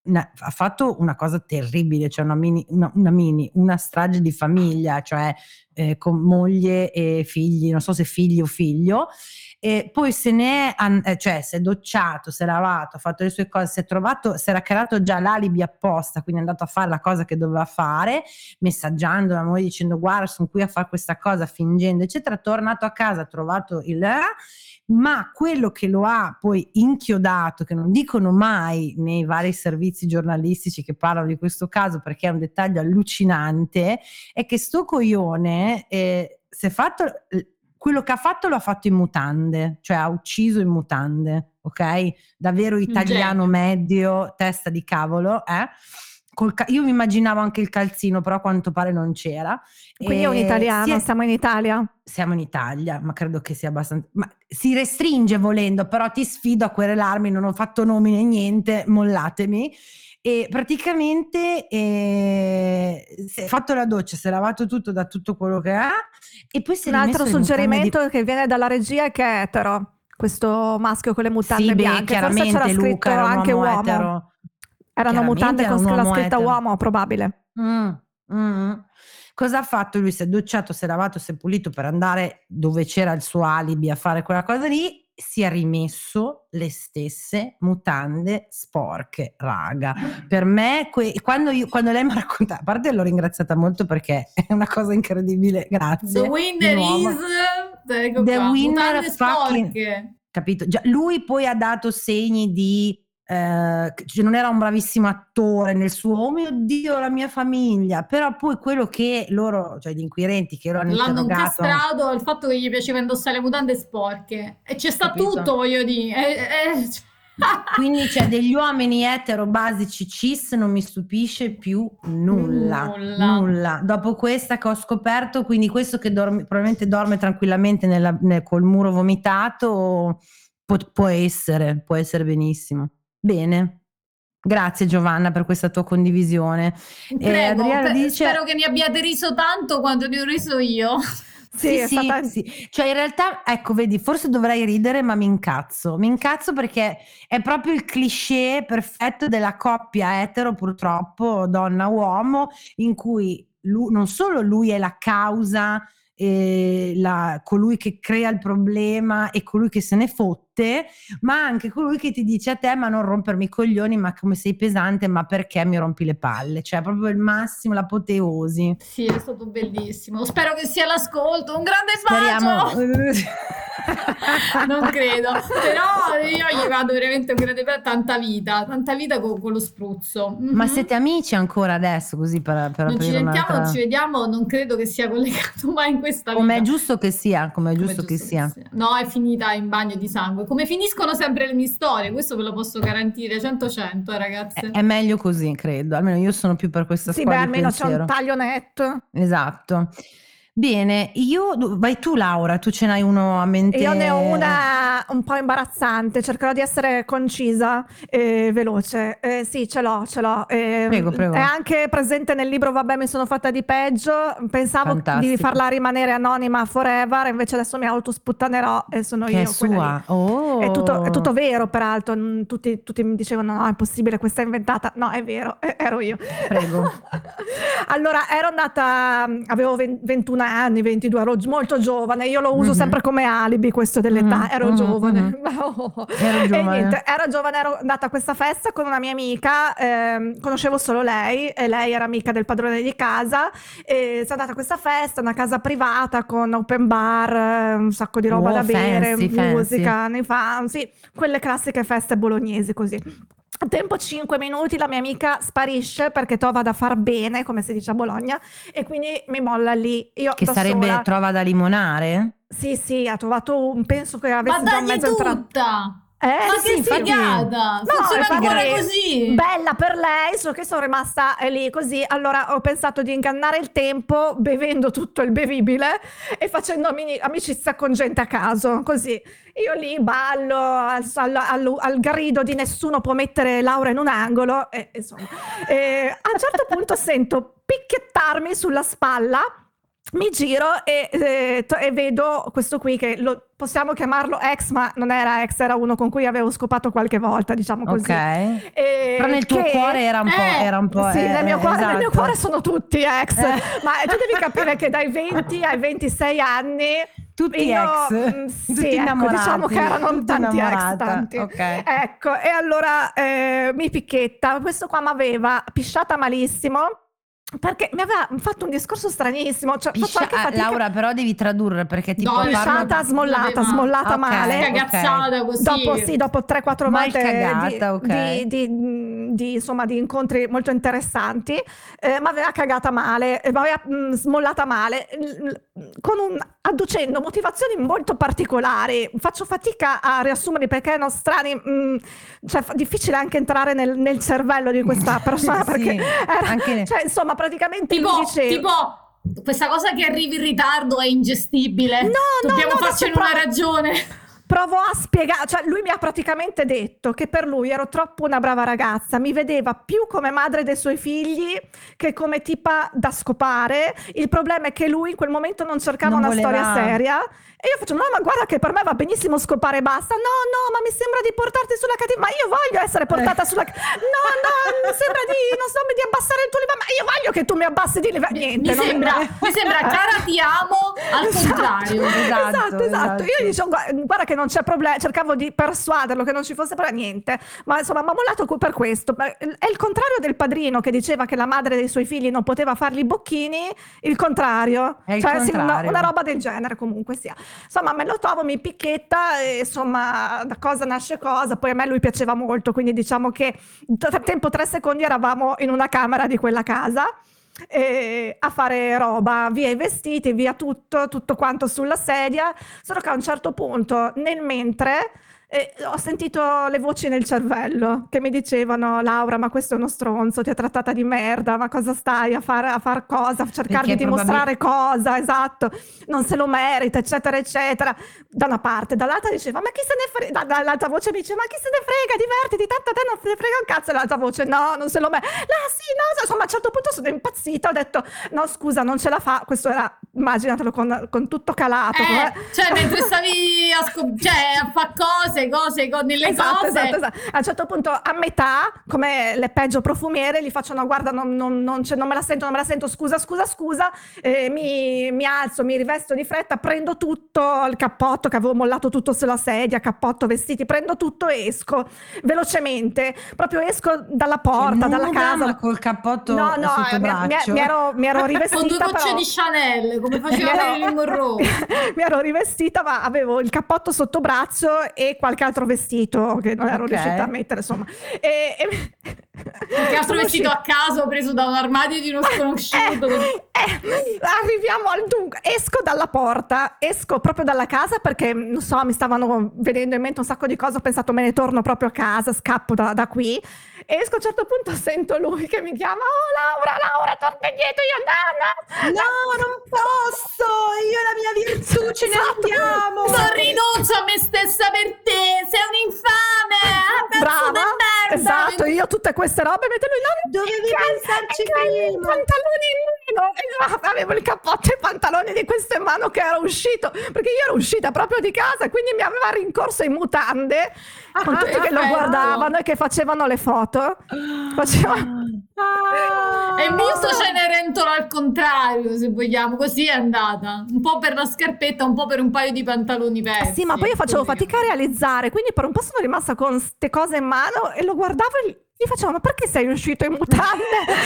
fatto una cosa terribile, cioè una strage di famiglia, cioè con moglie e figli, non so se figli o figlio, e poi se si è docciato, si è lavato, ha fatto le sue cose, si era creato già l'alibi apposta, quindi è andato a fare la cosa che doveva fare, messaggiando la moglie dicendo: guarda, sono qui a fare questa cosa, fingendo eccetera. Tornato a casa, ha trovato ma quello che lo ha poi inchiodato, che non dicono mai nei vari servizi giornalistici che parlano di questo caso, perché è un dettaglio allucinante, è che sto coglione si è fatto, quello che ha fatto lo ha fatto in mutande, cioè ha ucciso in mutande, ok? Davvero italiano medio, testa di cavolo, io mi immaginavo anche il calzino, però a quanto pare non c'era. Quindi è un italiano, siamo in Italia. Siamo in Italia, ma credo che sia abbastanza... Ma si restringe volendo, però ti sfido a querelarmi, non ho fatto nomi né niente, mollatemi. E praticamente si è fatto la doccia, si è lavato tutto da tutto quello che ha e poi si è un altro suggerimento di... che viene dalla regia è che è etero, questo maschio con le mutande bianche. Forse c'era scritto Luca anche uomo. Etero. Erano mutande con la scritta uomo, probabile. Cosa ha fatto? Lui si è docciato, si è lavato, si è pulito per andare dove c'era il suo alibi a fare quella cosa lì. Si è rimesso le stesse mutande sporche, raga. Per me, quando lei mi ha raccontato, a parte l'ho ringraziata molto perché è una cosa incredibile, grazie. The winner is the winner sporche. Capito? Già, lui poi ha dato segni di cioè non era un bravissimo attore nel suo oh mio Dio la mia famiglia, però poi quello che loro, cioè gli inquirenti che lo hanno l'hanno interrogato, incastrato il fatto che gli piaceva indossare le mutande sporche e c'è sta tutto, voglio dire quindi c'è degli uomini etero basici cis, non mi stupisce più nulla dopo questa che ho scoperto, quindi questo che probabilmente dorme tranquillamente col muro vomitato può essere benissimo. Bene, grazie Giovanna per questa tua condivisione. Prego, Adriana dice... spero che ne abbiate riso tanto quanto ne ho riso io. Sì. Cioè in realtà, ecco, vedi, forse dovrei ridere, ma mi incazzo perché è proprio il cliché perfetto della coppia etero, purtroppo, donna-uomo, in cui non solo lui è la causa, colui che crea il problema e colui che se ne fotte, ma anche colui che ti dice a te ma non rompermi i coglioni, ma come sei pesante, ma perché mi rompi le palle, cioè proprio il massimo, l'apoteosi. Sì, è stato bellissimo, spero che sia l'ascolto, un grande sbaglio. Non credo, però io gli vado veramente tanta vita con lo spruzzo. Ma siete amici ancora adesso, così per non ci sentiamo, non ci vediamo, non credo che sia collegato mai in questa vita. Com'è giusto che sia, che sia. No, è finita in bagno di sangue, come finiscono sempre le mie storie, questo ve lo posso garantire 100% ragazze. È meglio così, credo, almeno io sono più per questa scuola. Sì, beh, almeno c'è un taglio netto. Esatto. Bene, vai tu Laura, tu ce n'hai uno a mente? Io ne ho una un po' imbarazzante, cercherò di essere concisa e veloce. Sì, ce l'ho. Prego. È anche presente nel libro Vabbè mi sono fatta di peggio, pensavo Fantastico. di farla rimanere anonima forever, invece adesso mi autosputtanerò e sono che io. È sua? Oh. È tutto vero, peraltro, tutti mi dicevano no, è impossibile, questa è inventata. No, è vero, ero io. Prego. Allora, ero andata, avevo 21 anni, 22, ero molto giovane, io lo uso sempre come alibi questo dell'età, ero giovane. Ero andata a questa festa con una mia amica, conoscevo solo lei e lei era amica del padrone di casa e sono andata a questa festa, una casa privata con open bar, un sacco di roba da bere, musica, sì, quelle classiche feste bolognesi così. A tempo 5 minuti la mia amica sparisce perché trova da far bene, come si dice a Bologna, e quindi mi molla lì. Io che sarebbe sola. Trova da limonare? Sì, ha trovato penso che avesse già un mezzo tutta! Ma sì, che figata! Funziona ancora così! Bella per lei, solo che sono rimasta lì così. Allora ho pensato di ingannare il tempo bevendo tutto il bevibile e facendo amicizia con gente a caso, così. Io lì ballo al grido di nessuno può mettere Laura in un angolo e insomma. A un certo punto sento picchiettarmi sulla spalla. Mi giro e vedo questo qui che possiamo chiamarlo ex, ma non era ex, era uno con cui avevo scopato qualche volta, diciamo così. Ok. Però nel tuo cuore era un po'. Sì, nel mio esatto. cuore sono tutti ex, ma tu devi capire che dai 20 ai 26 anni tutti ex, sì, ecco, diciamo che erano tanti ex, tanti. Okay. Ecco, e allora mi picchietta. Questo qua mi aveva pisciata malissimo. Perché mi aveva fatto un discorso stranissimo, cioè, Laura, però devi tradurre perché tipo pisciata, smollata male, cagazzata così. Dopo 3-4 volte cagata, di di incontri molto interessanti, mi aveva cagata male, mi aveva smollata male, adducendo motivazioni molto particolari. Faccio fatica a riassumerli perché erano strani, cioè difficile anche entrare nel cervello di questa persona, perché cioè, insomma, praticamente tipo questa cosa che arrivi in ritardo è ingestibile. Dobbiamo farcene una ragione. Provo a spiegare, cioè lui mi ha praticamente detto che per lui ero troppo una brava ragazza, mi vedeva più come madre dei suoi figli che come tipa da scopare. Il problema è che lui in quel momento non cercava una storia seria. E io faccio, no, ma guarda che per me va benissimo scopare e basta. No, ma mi sembra di portarti sulla cattiva. Ma io voglio essere portata sulla No, mi sembra di abbassare il tuo livello. Ma io voglio che tu mi abbassi di livello. Niente. Mi sembra cara ti amo al contrario. Esatto. Io gli dicevo, guarda che non c'è problema. Cercavo di persuaderlo che non ci fosse problema, niente. Ma insomma, mi ha mollato per questo. È il contrario del padrino che diceva che la madre dei suoi figli non poteva fargli i bocchini. Il contrario. È il contrario. Una roba del genere comunque sia. Insomma, me lo trovo, mi picchetta e insomma, da cosa nasce cosa. Poi a me lui piaceva molto, quindi diciamo che tempo 3 secondi eravamo in una camera di quella casa a fare roba, via i vestiti, via tutto quanto sulla sedia. Solo che a un certo punto, nel mentre, ho sentito le voci nel cervello che mi dicevano: Laura, ma questo è uno stronzo, ti ha trattata di merda, ma cosa stai a far cosa, a cercare di dimostrare cosa, esatto, non se lo merita, eccetera eccetera, da una parte. Dall'altra diceva: ma chi se ne frega, dall'altra voce mi dice: ma chi se ne frega, divertiti, tanto a te non se ne frega un cazzo. E l'altra voce: no, non se lo merita. Insomma, a un certo punto sono impazzita, ho detto: no, scusa, non ce la fa. Questo era, immaginatelo, con tutto calato, cioè mentre stavi a fare cose nelle cose. Esatto. A un certo punto, a metà, come le peggio profumiere, gli faccio: no, guarda, non me la sento, scusa, mi alzo, mi rivesto di fretta, prendo tutto il cappotto che avevo mollato tutto sulla sedia, cappotto, vestiti, prendo tutto e esco velocemente, proprio esco dalla porta, dalla casa col cappotto sotto braccio. Mi ero rivestita con 2 gocce di Chanel, come faceva Marilyn Monroe. Mi ero rivestita, ma avevo il cappotto sotto braccio e qualche altro vestito che non ero riuscita a mettere, insomma. Qualche altro vestito a caso preso da un armadio di uno sconosciuto. Arriviamo al dunque. Esco dalla porta, esco proprio dalla casa perché, non so, mi stavano venendo in mente un sacco di cose. Ho pensato: me ne torno proprio a casa, scappo da qui. Esco, a un certo punto sento lui che mi chiama: oh Laura, torna indietro. Io no, non posso, io e la mia virtù ce ne andiamo. Non rinuncio a me stessa per te, sei un infame, brava, esatto, io tutte queste robe, mentre lui: no, dovevi pensarci prima. Pantaloni in mano, avevo il cappotto e i pantaloni di questo in mano, che era uscito, perché io ero uscita proprio di casa, quindi mi aveva rincorso in mutande, con tutti che lo guardavano e che facevano le foto. E il mio Cenerentola al contrario, se vogliamo, così è andata, un po' per la scarpetta, un po' per un paio di pantaloni persi. Sì, ma poi io facevo fatica a realizzare, quindi per un po' sono rimasta con ste cose in mano e lo guardavo e gli facevo: ma perché sei uscito in mutande?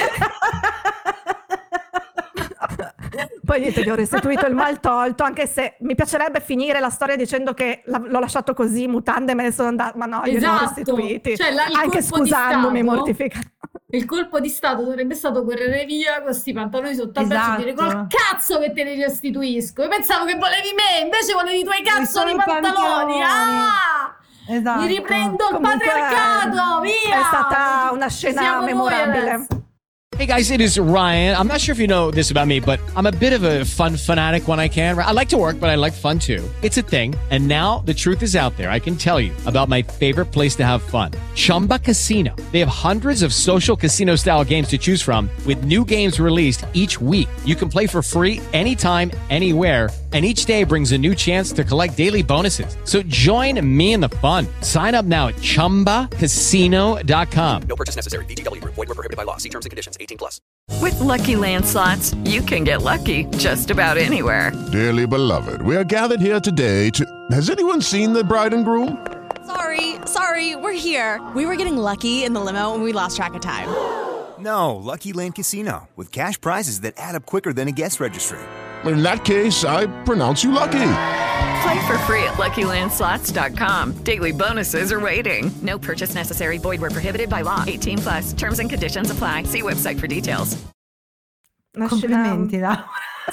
Poi niente, gli ho restituito il mal tolto, anche se mi piacerebbe finire la storia dicendo che l'ho lasciato così in mutande e me ne sono andata, ma no, glieli ho restituiti, cioè, anche scusandomi, mortificando. Il colpo di stato sarebbe stato correre via con questi pantaloni sotto al braccio e dire: col cazzo che te li restituisco, io pensavo che volevi me, invece volevi i tuoi cazzo di pantaloni. Esatto. Mi riprendo il patriarcato, via! È stata una scena memorabile. Hey guys, it is Ryan. I'm not sure if you know this about me, but I'm a bit of a fun fanatic when I can. I like to work, but I like fun too. It's a thing. And now the truth is out there. I can tell you about my favorite place to have fun. Chumba Casino. They have hundreds of social casino style games to choose from with new games released each week. You can play for free anytime, anywhere. And each day brings a new chance to collect daily bonuses. So join me in the fun. Sign up now at ChumbaCasino.com. No purchase necessary. VGW Group. Void where prohibited by law. See terms and conditions. 18+. With Lucky Land Slots, you can get lucky just about anywhere. Dearly beloved, we are gathered here today to... Has anyone seen the bride and groom? Sorry, we're here. We were getting lucky in the limo and we lost track of time. No, Lucky Land Casino, with cash prizes that add up quicker than a guest registry. In that case, I pronounce you lucky. Play for free at LuckyLandSlots.com. Daily bonuses are waiting. No purchase necessary. Void where prohibited by law. 18 plus. Terms and conditions apply. See website for details. Complimenti, Laura.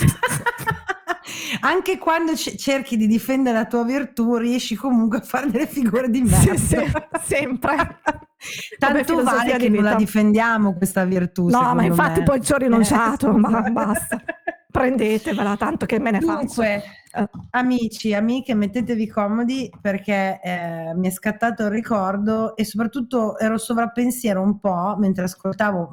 Anche quando cerchi di difendere la tua virtù, riesci comunque a fare delle figure di merda. Sì, sempre. Tanto vale che non la difendiamo questa virtù. No, ma infatti me. Poi ci ho rinunciato, ma basta. Prendetevela, tanto che me ne faccio. Amici, amiche, mettetevi comodi perché mi è scattato il ricordo e soprattutto ero sovrappensiero un po' mentre ascoltavo,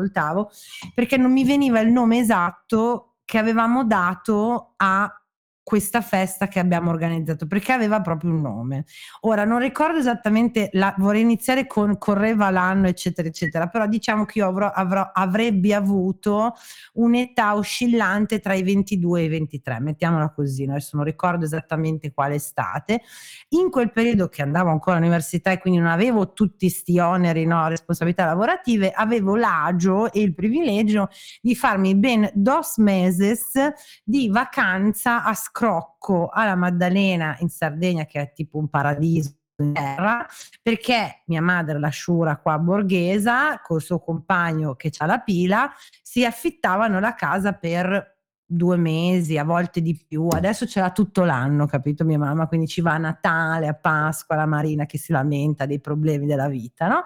perché non mi veniva il nome esatto che avevamo dato a questa festa che abbiamo organizzato, perché aveva proprio un nome. Ora non ricordo esattamente, vorrei iniziare con correva l'anno eccetera eccetera, però diciamo che io avrebbe avuto un'età oscillante tra i 22 e i 23, mettiamola così, adesso non ricordo esattamente quale estate. In quel periodo che andavo ancora all'università e quindi non avevo tutti sti oneri, responsabilità lavorative, avevo l'agio e il privilegio di farmi ben 2 meses di vacanza a Scrocco alla Maddalena in Sardegna, che è tipo un paradiso in terra, perché mia madre, la sciura qua borghesa, col suo compagno che c'ha la pila, si affittavano la casa per 2 mesi, a volte di più. Adesso ce l'ha tutto l'anno, capito mia mamma, quindi ci va a Natale, a Pasqua, la Marina che si lamenta dei problemi della vita, no?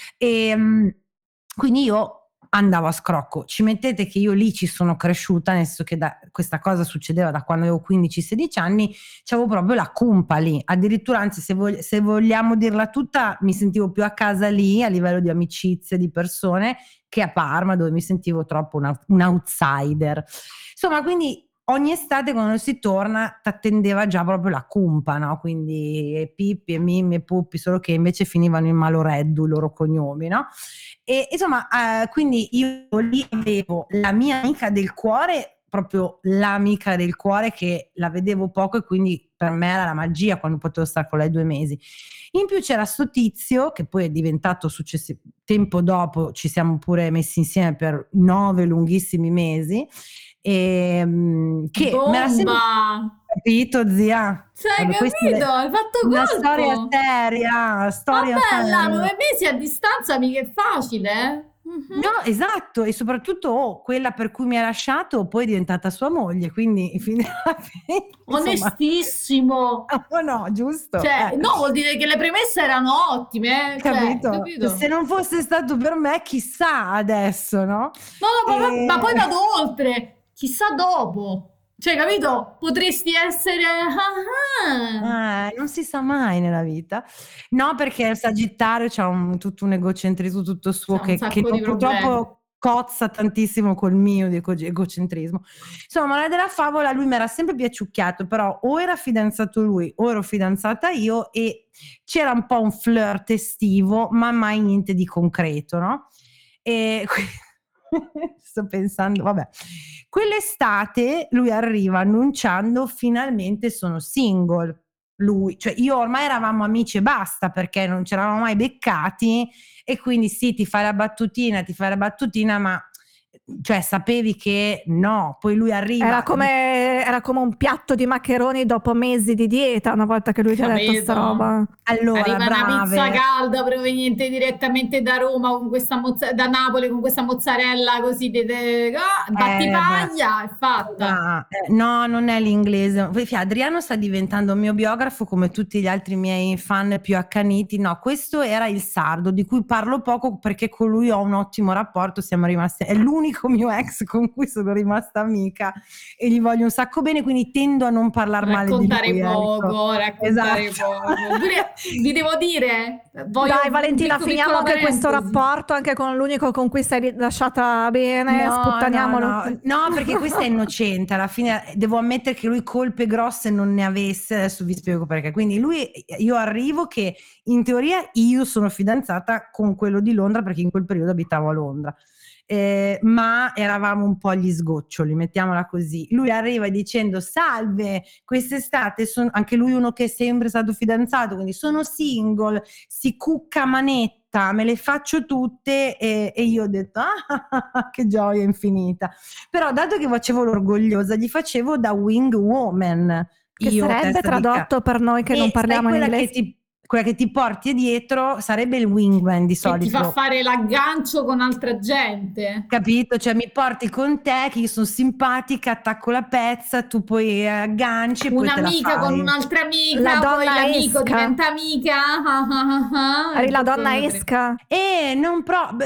E quindi io andavo a Scrocco. Ci mettete che io lì ci sono cresciuta, nel senso che questa cosa succedeva da quando avevo 15-16 anni, c'avevo proprio la cumpa lì, addirittura, anzi se vogliamo dirla tutta, mi sentivo più a casa lì a livello di amicizie, di persone, che a Parma, dove mi sentivo troppo un outsider. Insomma, quindi ogni estate quando si torna t'attendeva già proprio la cumpa, no? Quindi Pippi e Mimmi e Puppi, solo che invece finivano in Maloreddu i loro cognomi, no? E insomma, quindi io lì avevo la mia amica del cuore, proprio l'amica del cuore, che la vedevo poco e quindi per me era la magia quando potevo stare con lei 2 mesi. In più c'era sto tizio che poi è diventato tempo dopo, ci siamo pure messi insieme per 9 lunghissimi mesi, che me l'ha sempre capito, zia. Cioè, capito? Hai fatto una colpo. Storia seria, storia bella, 9 mesi a distanza mica è facile, No, esatto, e soprattutto quella per cui mi ha lasciato poi è diventata sua moglie, quindi onestissimo. No, giusto? Cioè, no, vuol dire che le premesse erano ottime, capito? Cioè, capito? Se non fosse stato per me, chissà adesso, no? No, ma poi vado oltre, chissà dopo. Cioè, capito? Potresti essere... non si sa mai nella vita. No, perché il Sagittario c'ha tutto un egocentrismo tutto suo che purtroppo cozza tantissimo col mio di egocentrismo. Insomma, la della favola, lui mi era sempre piaciucchiato, però o era fidanzato lui o ero fidanzata io, e c'era un po' un flirt estivo, ma mai niente di concreto, no? E sto pensando, vabbè, quell'estate lui arriva annunciando finalmente sono single. Lui, cioè io ormai eravamo amici e basta, perché non ci eravamo mai beccati, e quindi sì, ti fai la battutina, ma cioè sapevi che no. Poi lui arriva, era come un piatto di maccheroni dopo mesi di dieta, una volta che lui ti ha detto sta roba. Allora, arriva una pizza calda proveniente direttamente da Roma con questa da Napoli con questa mozzarella così battipaglia, è fatta. No, non è l'inglese. Adriano sta diventando un mio biografo come tutti gli altri miei fan più accaniti. No, questo era il sardo, di cui parlo poco perché con lui ho un ottimo rapporto, siamo rimasti, è l'unico mio ex con cui sono rimasta amica e gli voglio un sacco bene, quindi tendo a non parlare male di lui. Raccontare poco. Vi devo dire, dai Valentina, finiamo anche questo rapporto anche con l'unico con cui sei lasciata bene, sputtaniamolo. No, perché questa è innocente, alla fine devo ammettere che lui colpe grosse non ne avesse, adesso vi spiego perché. Quindi io arrivo che in teoria io sono fidanzata con quello di Londra, perché in quel periodo abitavo a Londra. Ma eravamo un po' agli sgoccioli, mettiamola così. Lui arriva dicendo salve, quest'estate sono anche lui uno che è sempre stato fidanzato, quindi sono single, si cucca manetta, me le faccio tutte, e io ho detto che gioia infinita. Però dato che facevo l'orgogliosa, gli facevo da wing woman, Che sarebbe tradotto per noi che non parliamo in inglese? Quella che ti porti dietro sarebbe il wingman di solito. Che ti fa fare l'aggancio con altra gente. Capito? Cioè mi porti con te, che io sono simpatica, attacco la pezza, tu poi agganci e poi te la fai. Un'amica con un'altra amica, la donna poi l'amico esca. diventa amica. Eri la donna esca. E non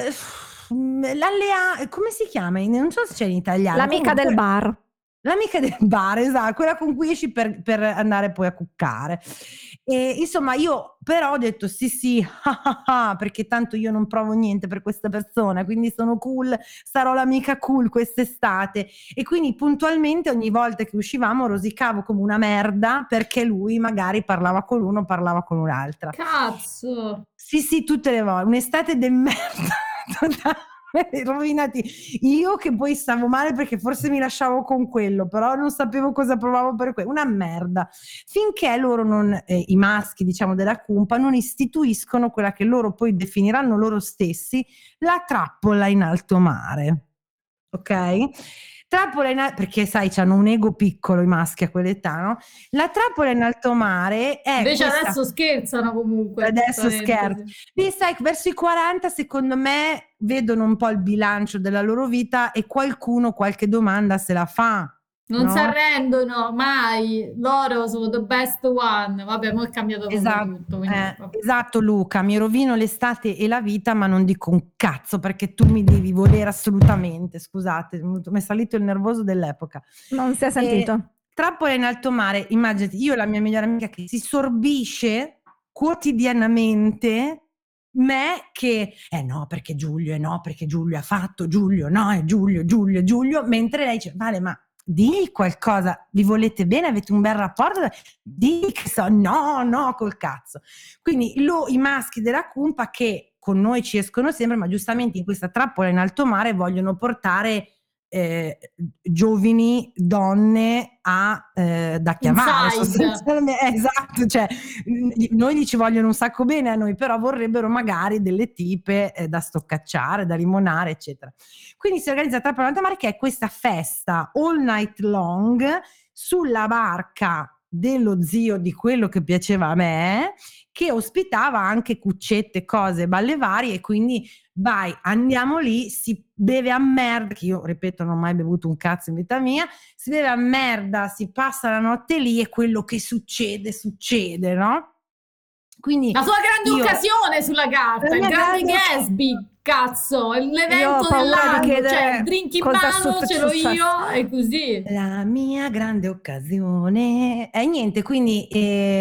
come si chiama? Non so se c'è in italiano. L'amica del bar. L'amica del bar, esatto, quella con cui esci per andare poi a cuccare. E insomma, io però ho detto sì, perché tanto io non provo niente per questa persona, quindi sono cool, sarò l'amica cool quest'estate. E quindi puntualmente ogni volta che uscivamo rosicavo come una merda perché lui magari parlava con uno, parlava con un'altra. Cazzo! Sì, tutte le volte, un'estate de merda. Rovinati io, che poi stavo male perché forse mi lasciavo con quello, però non sapevo cosa provavo per quello, una merda, finché loro non i maschi, diciamo, della cumpa non istituiscono quella che loro poi definiranno loro stessi la trappola in alto mare, ok? Trappola perché sai, hanno un ego piccolo i maschi a quell'età, no? La trappola in alto mare è invece adesso scherzano comunque. Adesso scherzo. Lì sai, verso i 40 secondo me vedono un po' il bilancio della loro vita e qualche domanda se la fa. Non si arrendono mai, loro sono the best one. Vabbè, mo è cambiato tutto. Esatto Luca, mi rovino l'estate e la vita, ma non dico un cazzo perché tu mi devi volere assolutamente. Scusate, mi è salito il nervoso dell'epoca. Non si è sentito. Trappola in alto mare, immaginati io e la mia migliore amica che si sorbisce quotidianamente me che no perché Giulio ha fatto, Giulio no, è Giulio, mentre lei dice Vale, ma di qualcosa, vi volete bene, avete un bel rapporto, di che no col cazzo. Quindi i maschi della cumpa che con noi ci escono sempre, ma giustamente in questa trappola in alto mare vogliono portare giovani donne da chiamare esatto, cioè noi gli ci vogliono un sacco bene a noi, però vorrebbero magari delle tipe da stoccacciare, da limonare, eccetera. Quindi si organizza Trappola in alto mare, che è questa festa all night long sulla barca dello zio di quello che piaceva a me, che ospitava anche cuccette, cose, balle varie, e quindi vai, andiamo lì, si beve a merda, che io ripeto non ho mai bevuto un cazzo in vita mia, si beve a merda, si passa la notte lì e quello che succede, no? Quindi la sua grande occasione sulla carta, il grande Gatsby, cazzo, l'evento dell'anno, cioè drink in mano, ce l'ho io e così. La mia grande occasione. E niente, quindi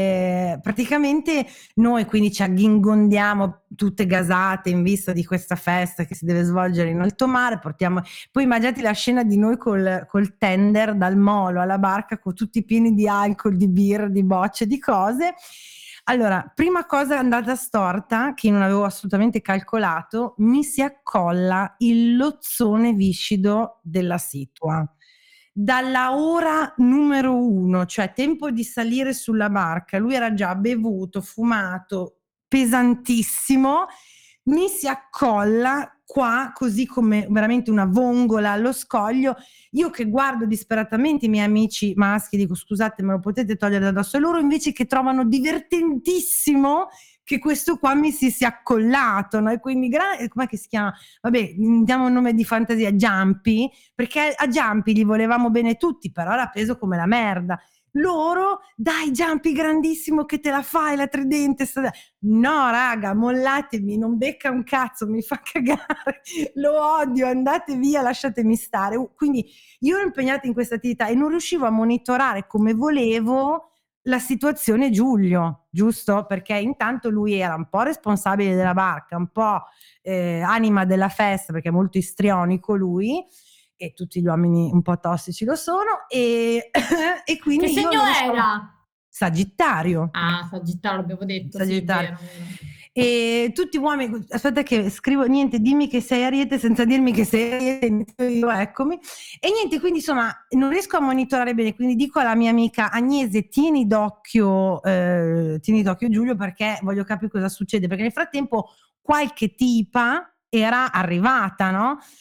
praticamente noi quindi ci agghingondiamo tutte gasate in vista di questa festa che si deve svolgere in alto mare, poi immaginate la scena di noi col tender dal molo alla barca con tutti pieni di alcol, di birra, di bocce, di cose. Allora, prima cosa andata storta, che non avevo assolutamente calcolato, mi si accolla il lozzone viscido della situa. Dalla ora numero 1, cioè tempo di salire sulla barca, lui era già bevuto, fumato, pesantissimo, mi si accolla qua così come veramente una vongola allo scoglio. Io che guardo disperatamente i miei amici maschi, dico scusate, me lo potete togliere da addosso, e loro invece che trovano divertentissimo che questo qua mi si sia accollato, no? E quindi com'è che si chiama? Vabbè, diamo un nome di fantasia, Giampi, perché a Giampi gli volevamo bene tutti, però era peso come la merda. Loro, dai Giampi grandissimo che te la fai la tridente, no raga, mollatemi, non becca un cazzo, mi fa cagare, lo odio, andate via, lasciatemi stare. Quindi io ero impegnata in questa attività e non riuscivo a monitorare come volevo la situazione Giulio, giusto? Perché intanto lui era un po' responsabile della barca, un po' anima della festa, perché è molto istrionico lui, e tutti gli uomini un po' tossici lo sono, e quindi che segno era? Sagittario. Ah, Sagittario, l'abbiamo detto. Sagittario. Sì, vero. E tutti uomini, aspetta che scrivo, niente, dimmi che sei Ariete senza dirmi che sei Ariete, io eccomi. E niente, quindi insomma non riesco a monitorare bene, quindi dico alla mia amica Agnese tieni d'occhio Giulio, perché voglio capire cosa succede, perché nel frattempo qualche tipa era arrivata, no?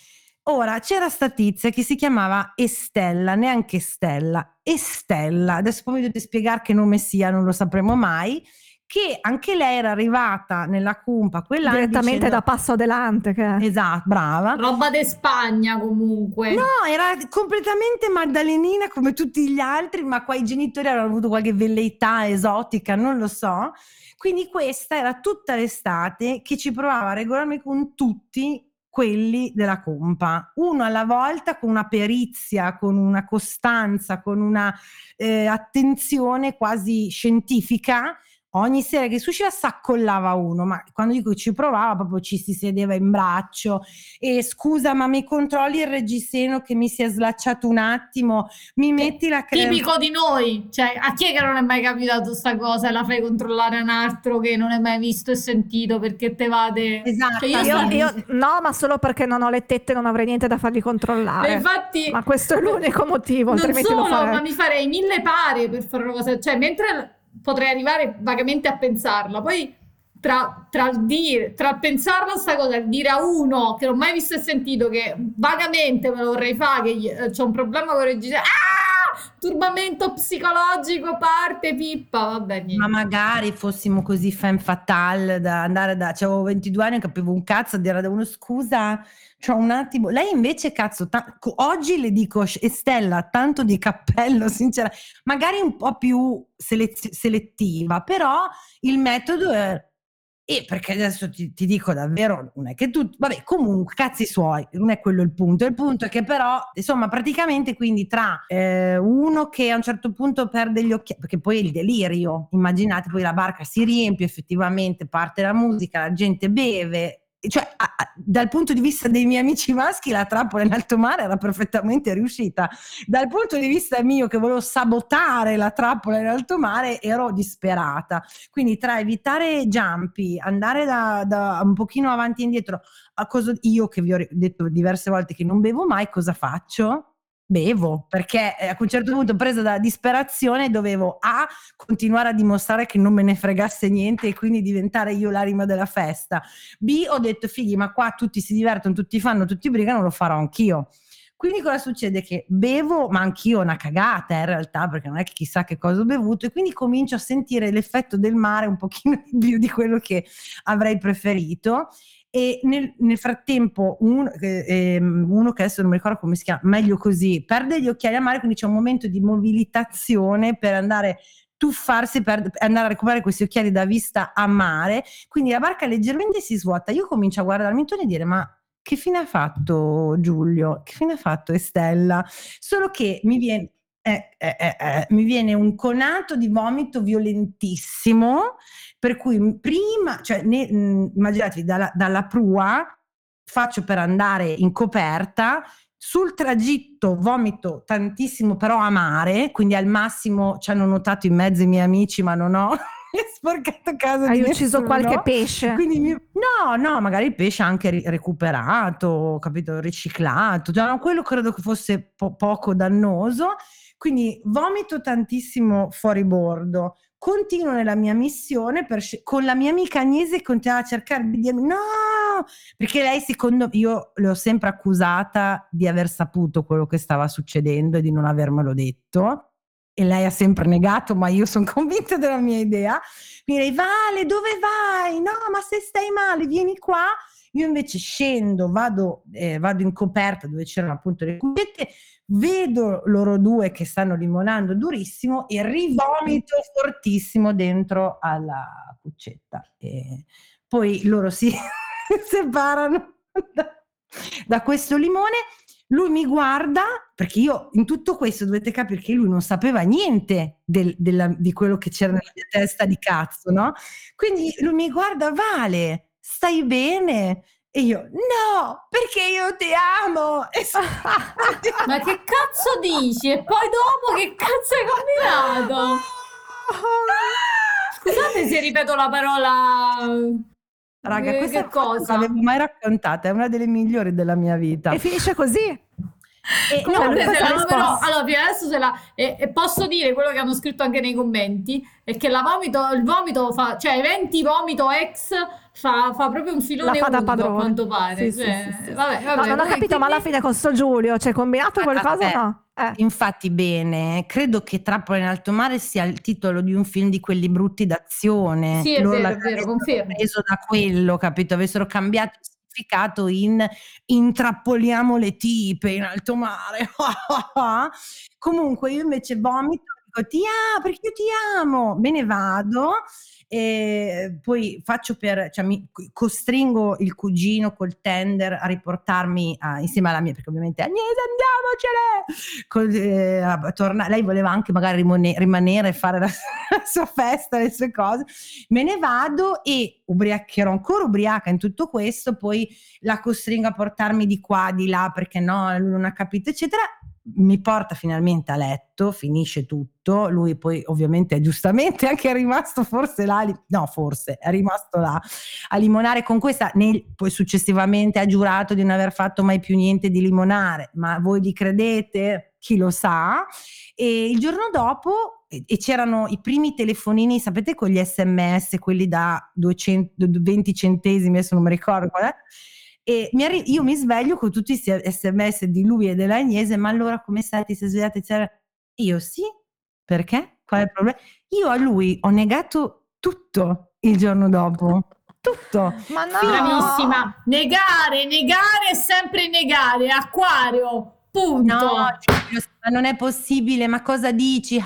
Ora, c'era sta tizia che si chiamava Estella, neanche Stella, Estella, adesso poi mi dovete spiegare che nome sia, non lo sapremo mai, che anche lei era arrivata nella cumpa quell'anno direttamente da Passo Adelante, che esatto, brava, roba de Spagna comunque. No, era completamente magdalenina come tutti gli altri, ma qua i genitori avevano avuto qualche velleità esotica, non lo so. Quindi questa era tutta l'estate che ci provava regolarmente con tutti quelli della compa, uno alla volta, con una perizia, con una costanza, con una attenzione quasi scientifica. Ogni sera che si usciva s'accollava uno, ma quando dico ci provava proprio ci si sedeva in braccio e scusa ma mi controlli il reggiseno che mi si è slacciato un attimo, mi metti la crema. Tipico di noi, cioè a chi è che non è mai capitato sta cosa e la fai controllare a un altro che non hai mai visto e sentito perché te vade. Esatto. Cioè io no, ma solo perché non ho le tette non avrei niente da fargli controllare. Infatti, ma questo è l'unico movo, altrimenti non lo solo, farei. ma mi farei 1000 pare per fare una cosa, cioè mentre potrei arrivare vagamente a pensarla, poi tra pensarla sta cosa e dire a uno che non ho mai visto e sentito che vagamente me lo vorrei fare, che c'ho un problema con il reggiseno, turbamento psicologico, parte pippa, vabbè niente. Ma magari fossimo così femme fatale da andare avevo 22 anni, non capivo un cazzo, a dire a uno scusa, c'ho un attimo. Lei invece cazzo oggi le dico Estella, tanto di cappello, sincera, magari un po' più selettiva, però il metodo è perché adesso ti dico davvero, non è che tu, vabbè, comunque cazzi suoi, non è quello il punto è che però insomma praticamente quindi tra uno che a un certo punto perde gli occhi, perché poi è il delirio, immaginate, poi la barca si riempie, effettivamente parte la musica, la gente beve, cioè dal punto di vista dei miei amici maschi la trappola in alto mare era perfettamente riuscita, dal punto di vista mio che volevo sabotare la trappola in alto mare ero disperata, quindi tra evitare jumpy, andare da un pochino avanti e indietro a cosa, io che vi ho detto diverse volte che non bevo mai, cosa faccio? Bevo, perché a un certo punto presa da disperazione dovevo continuare a dimostrare che non me ne fregasse niente e quindi diventare io l'anima della festa. Ho detto figli, ma qua tutti si divertono, tutti fanno, tutti brigano, lo farò anch'io. Quindi cosa succede? Che bevo, ma anch'io una cagata in realtà, perché non è che chissà che cosa ho bevuto, e quindi comincio a sentire l'effetto del mare un pochino più di quello che avrei preferito. E nel frattempo uno che adesso non mi ricordo come si chiama, meglio così, perde gli occhiali a mare, quindi c'è un momento di mobilitazione per andare tuffarsi, per andare a recuperare questi occhiali da vista a mare, quindi la barca leggermente si svuota, io comincio a guardarmi intorno e dire ma che fine ha fatto Giulio, che fine ha fatto Estella, solo che mi viene un conato di vomito violentissimo, per cui prima, cioè immaginatevi dalla prua faccio per andare in coperta, sul tragitto vomito tantissimo però a mare, quindi al massimo ci hanno notato in mezzo i miei amici ma non ho sporcato casa. Hai ucciso qualche pesce? Quindi no, magari il pesce anche recuperato, capito, riciclato, cioè, quello credo che fosse poco dannoso. Quindi vomito tantissimo fuori bordo, continuo nella mia missione con la mia amica Agnese continuava a cercare di dirmi no, perché lei io le ho sempre accusata di aver saputo quello che stava succedendo e di non avermelo detto e lei ha sempre negato, ma io sono convinta della mia idea. Mi direi Vale, dove vai? No, ma se stai male vieni qua. Io invece scendo, vado in coperta dove c'erano appunto le cubette, vedo loro due che stanno limonando durissimo e rivomito fortissimo dentro alla cuccetta. E poi loro si separano da questo limone. Lui mi guarda, perché io in tutto questo dovete capire che lui non sapeva niente di quello che c'era nella mia testa di cazzo, no? Quindi lui mi guarda, Vale, stai bene? E io, no, perché io ti amo. Ma che cazzo dici? E poi dopo che cazzo hai combinato? Scusate se ripeto la parola... Raga, questa cosa non l'avevo mai raccontata, è una delle migliori della mia vita. E finisce così? Comunque, allora, adesso posso dire quello che hanno scritto anche nei commenti, è che il vomito fa, cioè eventi vomito ex fa proprio un filone da unico, a padrone. quanto pare. Sì. Vabbè, non ho capito, ma alla fine con sto Giulio c'è combinato qualcosa? No? Infatti bene, credo che Trappola in alto mare sia il titolo di un film di quelli brutti d'azione. Sì, è vero, confermo. Preso da quello, capito? Avessero cambiato il significato in intrappoliamo le tipe in alto mare. Comunque io invece vomito, dico perché io ti amo, me ne vado. E poi mi costringo il cugino col tender a riportarmi insieme alla mia, perché ovviamente Agnese andiamocene, lei voleva anche magari rimanere e fare la sua festa, le sue cose. Me ne vado e ero ancora ubriaca in tutto questo, poi la costringo a portarmi di qua di là perché no, lui non ha capito eccetera. Mi porta finalmente a letto, finisce tutto, lui poi ovviamente giustamente anche è rimasto è rimasto là a limonare con questa, poi successivamente ha giurato di non aver fatto mai più niente di limonare, ma voi gli credete? Chi lo sa? E il giorno dopo e c'erano i primi telefonini, sapete, con gli SMS, quelli da 20 centesimi, adesso non mi ricordo qual è. E io mi sveglio con tutti questi SMS di lui e della Agnese, ma allora come stai? Ti sei svegliata? Io sì, perché? Qual è il problema? Io a lui ho negato tutto il giorno dopo, tutto. Ma no! Bravissima, negare è sempre negare, Acquario. Punto. No, non è possibile, ma cosa dici?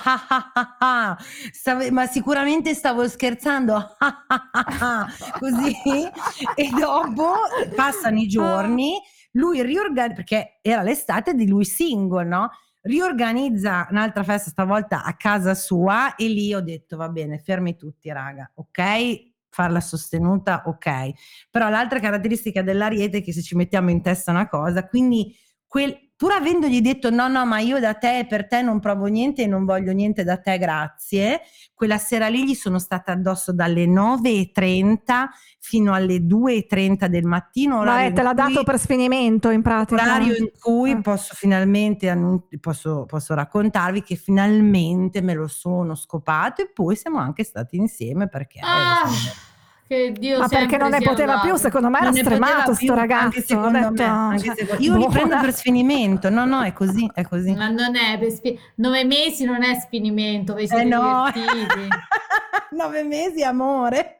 Ma sicuramente stavo scherzando. Così. E dopo passano i giorni, lui riorganizza, perché era l'estate di lui single, no? Riorganizza un'altra festa, stavolta a casa sua, e lì ho detto va bene, fermi tutti raga, ok? Farla sostenuta, ok. Però l'altra caratteristica dell'Ariete è che se ci mettiamo in testa una cosa, quindi pur avendogli detto no, ma io da te e per te non provo niente e non voglio niente da te, grazie, quella sera lì gli sono stata addosso dalle 9:30 fino alle 2:30 del mattino. Ma te l'ha dato per sfinimento in pratica. Orario in cui posso finalmente posso raccontarvi che finalmente me lo sono scopato, e poi siamo anche stati insieme perché... Che Dio, ma perché non ne poteva più, secondo me era stremato sto ragazzo. Anche secondo me. Io li prendo per sfinimento, no, è così. Ma non è per 9 mesi, non è sfinimento, vi siete divertiti. 9 mesi, amore.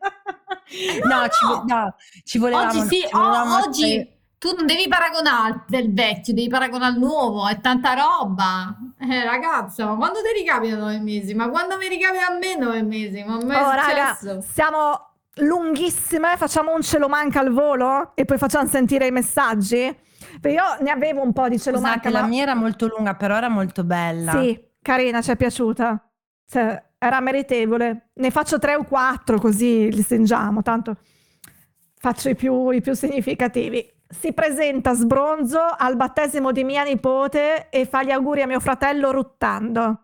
Ci volevamo. Oggi tu non devi paragonare del vecchio, devi paragonare al nuovo, è tanta roba. Ragazza, ma quando ti ricapita 9 mesi? Ma quando mi ricapita a me 9 mesi? Ma mai è successo? Raga, siamo lunghissime, facciamo un ce lo manca al volo e poi facciamo sentire i messaggi. Io ne avevo un po' di ce lo manca. La mia era molto lunga, però era molto bella. Sì, carina, ci è piaciuta. Era meritevole. Ne faccio 3 o 4 così li stringiamo, tanto faccio i più significativi. Si presenta Sbronzo al battesimo di mia nipote e fa gli auguri a mio fratello ruttando.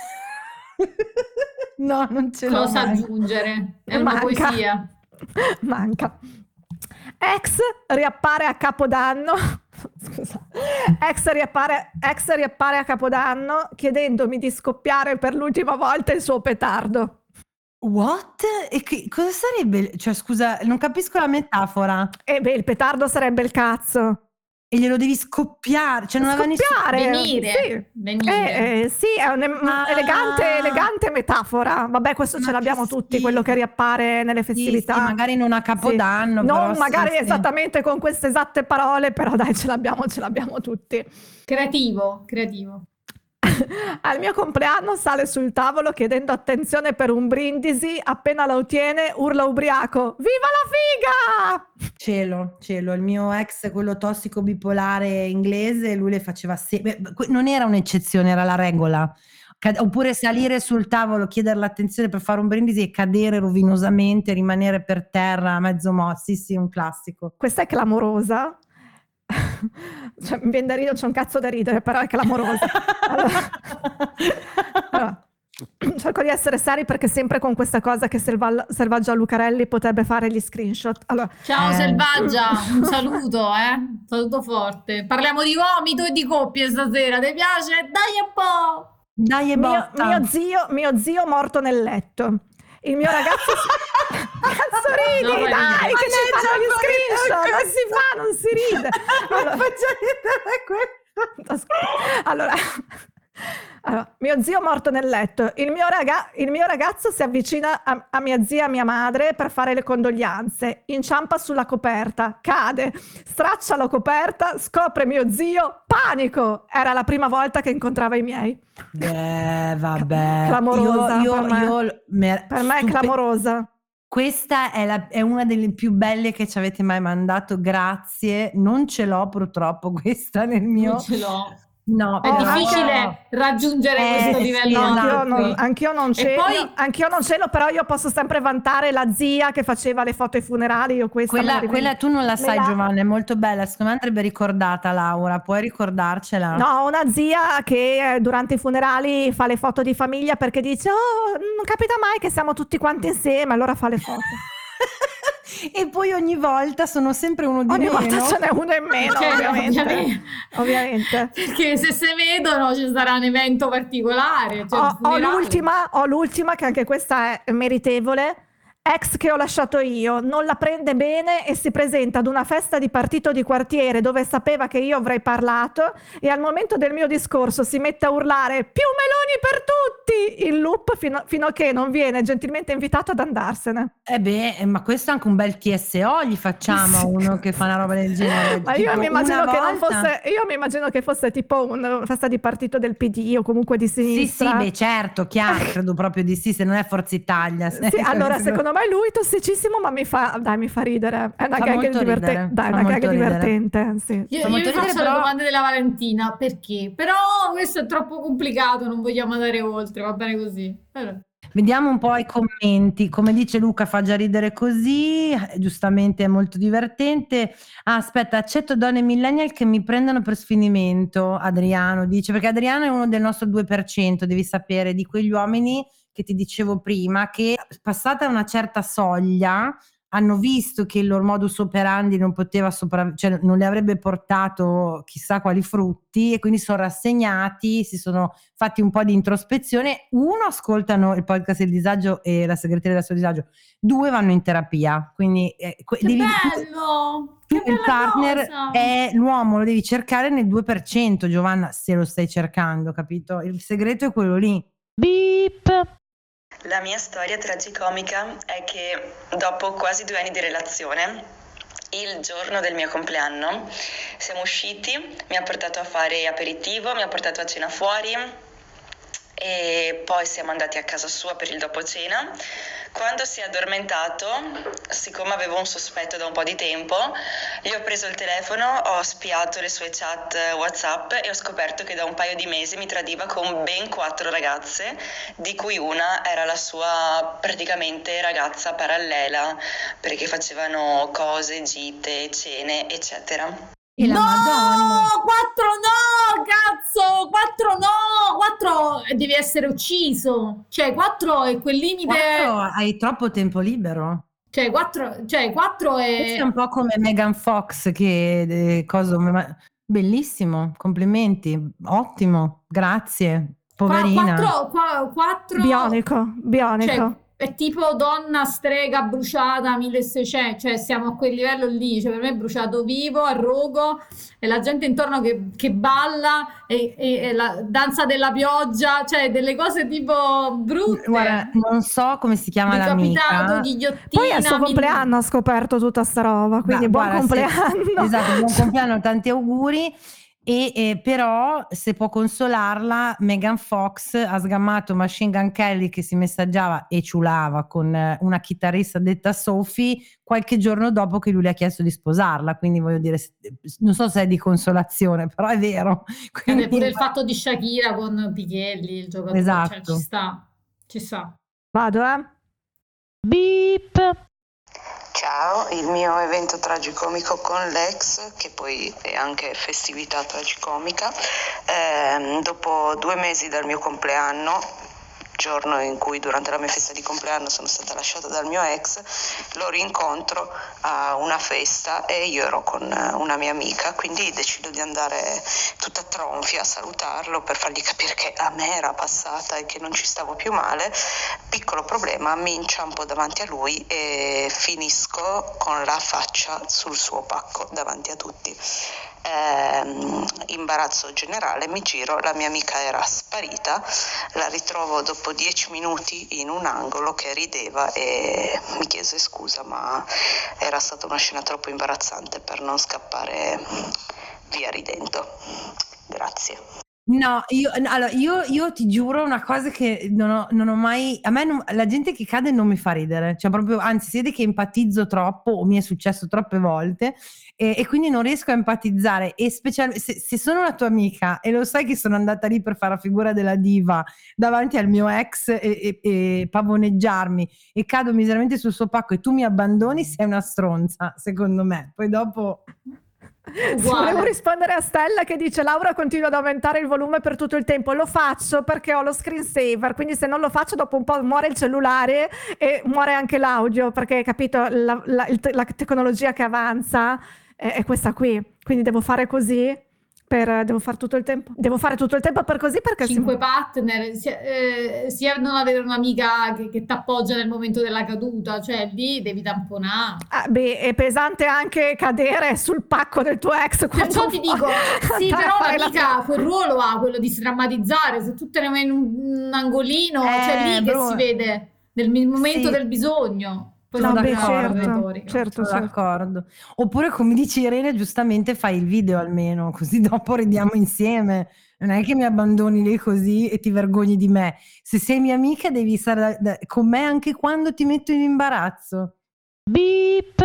No, non ce l'ho. Cosa aggiungere? È una poesia. Manca. Ex riappare a Capodanno. Scusa. Ex riappare a Capodanno chiedendomi di scoppiare per l'ultima volta il suo petardo. What? E cosa sarebbe? Cioè, scusa, non capisco la metafora. Il petardo sarebbe il cazzo. E glielo devi scoppiare, cioè non aveva venire. Sì, è elegante metafora. Vabbè, questo ce l'abbiamo tutti, quello che riappare nelle festività. Sì, magari non a Capodanno. Sì. Non magari sì. Esattamente con queste esatte parole, però dai, ce l'abbiamo tutti. Creativo. Al mio compleanno sale sul tavolo chiedendo attenzione per un brindisi, appena la ottiene urla ubriaco: viva la figa! Cielo, il mio ex, quello tossico bipolare inglese, lui le faceva non era un'eccezione, era la regola. Oppure salire sul tavolo, chiedere l'attenzione per fare un brindisi e cadere rovinosamente, rimanere per terra mezzo morto. Sì, un classico. Questa è clamorosa. Cioè, mi viene da ridere, c'è un cazzo da ridere, però è clamorosa. Allora, cerco di essere seri perché sempre con questa cosa che Selvaggia Lucarelli potrebbe fare gli screenshot. Allora, ciao Selvaggia, un saluto forte. Parliamo di vomito e di coppie stasera, ti piace? Dai un po'! Dai mio zio morto nel letto. Il mio ragazzo cazzo ridi, No, dai, che ci fanno gli screenshot, non si ride. Allora, mio zio morto nel letto. Il mio ragazzo si avvicina a mia zia, mia madre, per fare le condoglianze. Inciampa sulla coperta, cade, straccia la coperta, scopre mio zio, panico. Era la prima volta che incontrava i miei. Vabbè. Clamorosa. Per me è clamorosa. Questa è una delle più belle che ci avete mai mandato, grazie. Non ce l'ho purtroppo questa nel mio... Non ce l'ho. No, è difficile raggiungere questo livello. Anch'io non ce l'ho, però io posso sempre vantare la zia che faceva le foto ai funerali. Io quella tu non la sai, Giovanna, è molto bella, secondo me andrebbe ricordata. Laura, puoi ricordarcela? No, una zia che durante i funerali fa le foto di famiglia perché dice non capita mai che siamo tutti quanti insieme, allora fa le foto. E poi ogni volta sono sempre uno di meno. Ogni volta ce n'è uno in meno, ovviamente. Perché se si vedono ci sarà un evento particolare. Ho l'ultima che anche questa è meritevole. Ex che ho lasciato io, non la prende bene e si presenta ad una festa di partito di quartiere dove sapeva che io avrei parlato e al momento del mio discorso si mette a urlare più meloni per tutti in loop fino a che non viene gentilmente invitato ad andarsene. Ma questo è anche un bel TSO, gli facciamo uno che fa una roba del genere. Ma io mi immagino che fosse tipo una festa di partito del PD o comunque di sinistra. Sì, certo, chiaro, credo proprio di sì, se non è Forza Italia. Sì, allora secondo me lui tossicissimo, ma mi fa ridere. È una gag divertente. Sì. Io vi faccio la domanda della Valentina, perché? Però questo è troppo complicato, non vogliamo andare oltre, va bene così. Vediamo un po' i commenti. Come dice Luca, fa già ridere così, giustamente è molto divertente. Aspetta, accetto donne millennial che mi prendono per sfinimento, Adriano dice, perché Adriano è uno del nostro 2%, devi sapere, di quegli uomini che ti dicevo prima, che passata una certa soglia hanno visto che il loro modus operandi non poteva cioè non le avrebbe portato chissà quali frutti e quindi sono rassegnati, si sono fatti un po' di introspezione. 1, ascoltano il podcast Il Disagio e la segreteria del suo disagio. 2, vanno in terapia. Quindi bello! Il partner cosa. È l'uomo, lo devi cercare nel 2%, Giovanna, se lo stai cercando, capito? Il segreto è quello lì. Beep. La mia storia tragicomica è che dopo quasi 2 anni di relazione, il giorno del mio compleanno, siamo usciti, mi ha portato a fare aperitivo, mi ha portato a cena fuori e poi siamo andati a casa sua per il dopo cena. Quando si è addormentato, siccome avevo un sospetto da un po' di tempo, gli ho preso il telefono, ho spiato le sue chat WhatsApp e ho scoperto che da un paio di mesi mi tradiva con ben 4 ragazze, di cui una era la sua praticamente ragazza parallela, perché facevano cose, gite, cene, eccetera. No, 4 no, cazzo, 4 no, 4 devi essere ucciso, cioè 4 è quel limite. 4 hai troppo tempo libero. Cioè 4 è... Questo è un po' come Megan Fox che bellissimo, complimenti, ottimo, grazie, poverina. 4 bionico. Cioè, è tipo donna strega bruciata 1600, cioè siamo a quel livello lì, cioè per me è bruciato vivo, a rogo, e la gente intorno che balla e la danza della pioggia, cioè delle cose tipo brutte. Guarda, non so come si chiama l'amica. Ghigliottina. Poi è il suo compleanno, ha scoperto tutta sta roba, quindi buon compleanno. Esatto, buon compleanno, tanti auguri. E però se può consolarla, Megan Fox ha sgammato Machine Gun Kelly che si messaggiava e ciulava con una chitarrista detta Sophie qualche giorno dopo che lui le ha chiesto di sposarla, quindi voglio dire, non so se è di consolazione, però è vero. Quindi... pure il fatto di Shakira con Pichelli, il giocatore, esatto. Cioè, ci sta. Vado, Beep. Ciao, il mio evento tragicomico con l'ex, che poi è anche festività tragicomica, dopo 2 mesi dal mio compleanno giorno in cui durante la mia festa di compleanno sono stata lasciata dal mio ex, lo rincontro a una festa e io ero con una mia amica, quindi decido di andare tutta tronfia a salutarlo per fargli capire che a me era passata e che non ci stavo più male. Piccolo problema, mi inciampo davanti a lui e finisco con la faccia sul suo pacco davanti a tutti. Imbarazzo generale, mi giro, la mia amica era sparita, la ritrovo dopo 10 minuti in un angolo che rideva e mi chiese scusa, ma era stata una scena troppo imbarazzante per non scappare via ridendo. Grazie. No, io ti giuro una cosa che non ho mai. A me la gente che cade non mi fa ridere, cioè proprio, anzi, si vede che empatizzo troppo, o mi è successo troppe volte, e quindi non riesco a empatizzare. E specialmente se sono la tua amica e lo sai che sono andata lì per fare la figura della diva davanti al mio ex e pavoneggiarmi e cado miseramente sul suo pacco e tu mi abbandoni, sei una stronza, secondo me. Poi dopo. Volevo rispondere a Stella che dice: Laura continua ad aumentare il volume per tutto il tempo. Lo faccio perché ho lo screensaver, quindi se non lo faccio dopo un po' muore il cellulare e muore anche l'audio, perché capito, la tecnologia che avanza è questa qui, quindi devo fare così. Devo fare tutto il tempo per così, perché 5 partner, sia non avere un'amica che ti appoggia nel momento della caduta, cioè lì devi tamponare. È pesante anche cadere sul pacco del tuo ex. Perciò ti dico, sì, però l'amica quel ruolo ha, quello di sdrammatizzare, se tu te ne vai in un angolino, cioè lì che si vede nel momento del bisogno. Poi Sono certo. D'accordo. Oppure, come dice Irene, giustamente fai il video almeno, così dopo ridiamo insieme. Non è che mi abbandoni lì così e ti vergogni di me. Se sei mia amica devi stare con me anche quando ti metto in imbarazzo. Beep.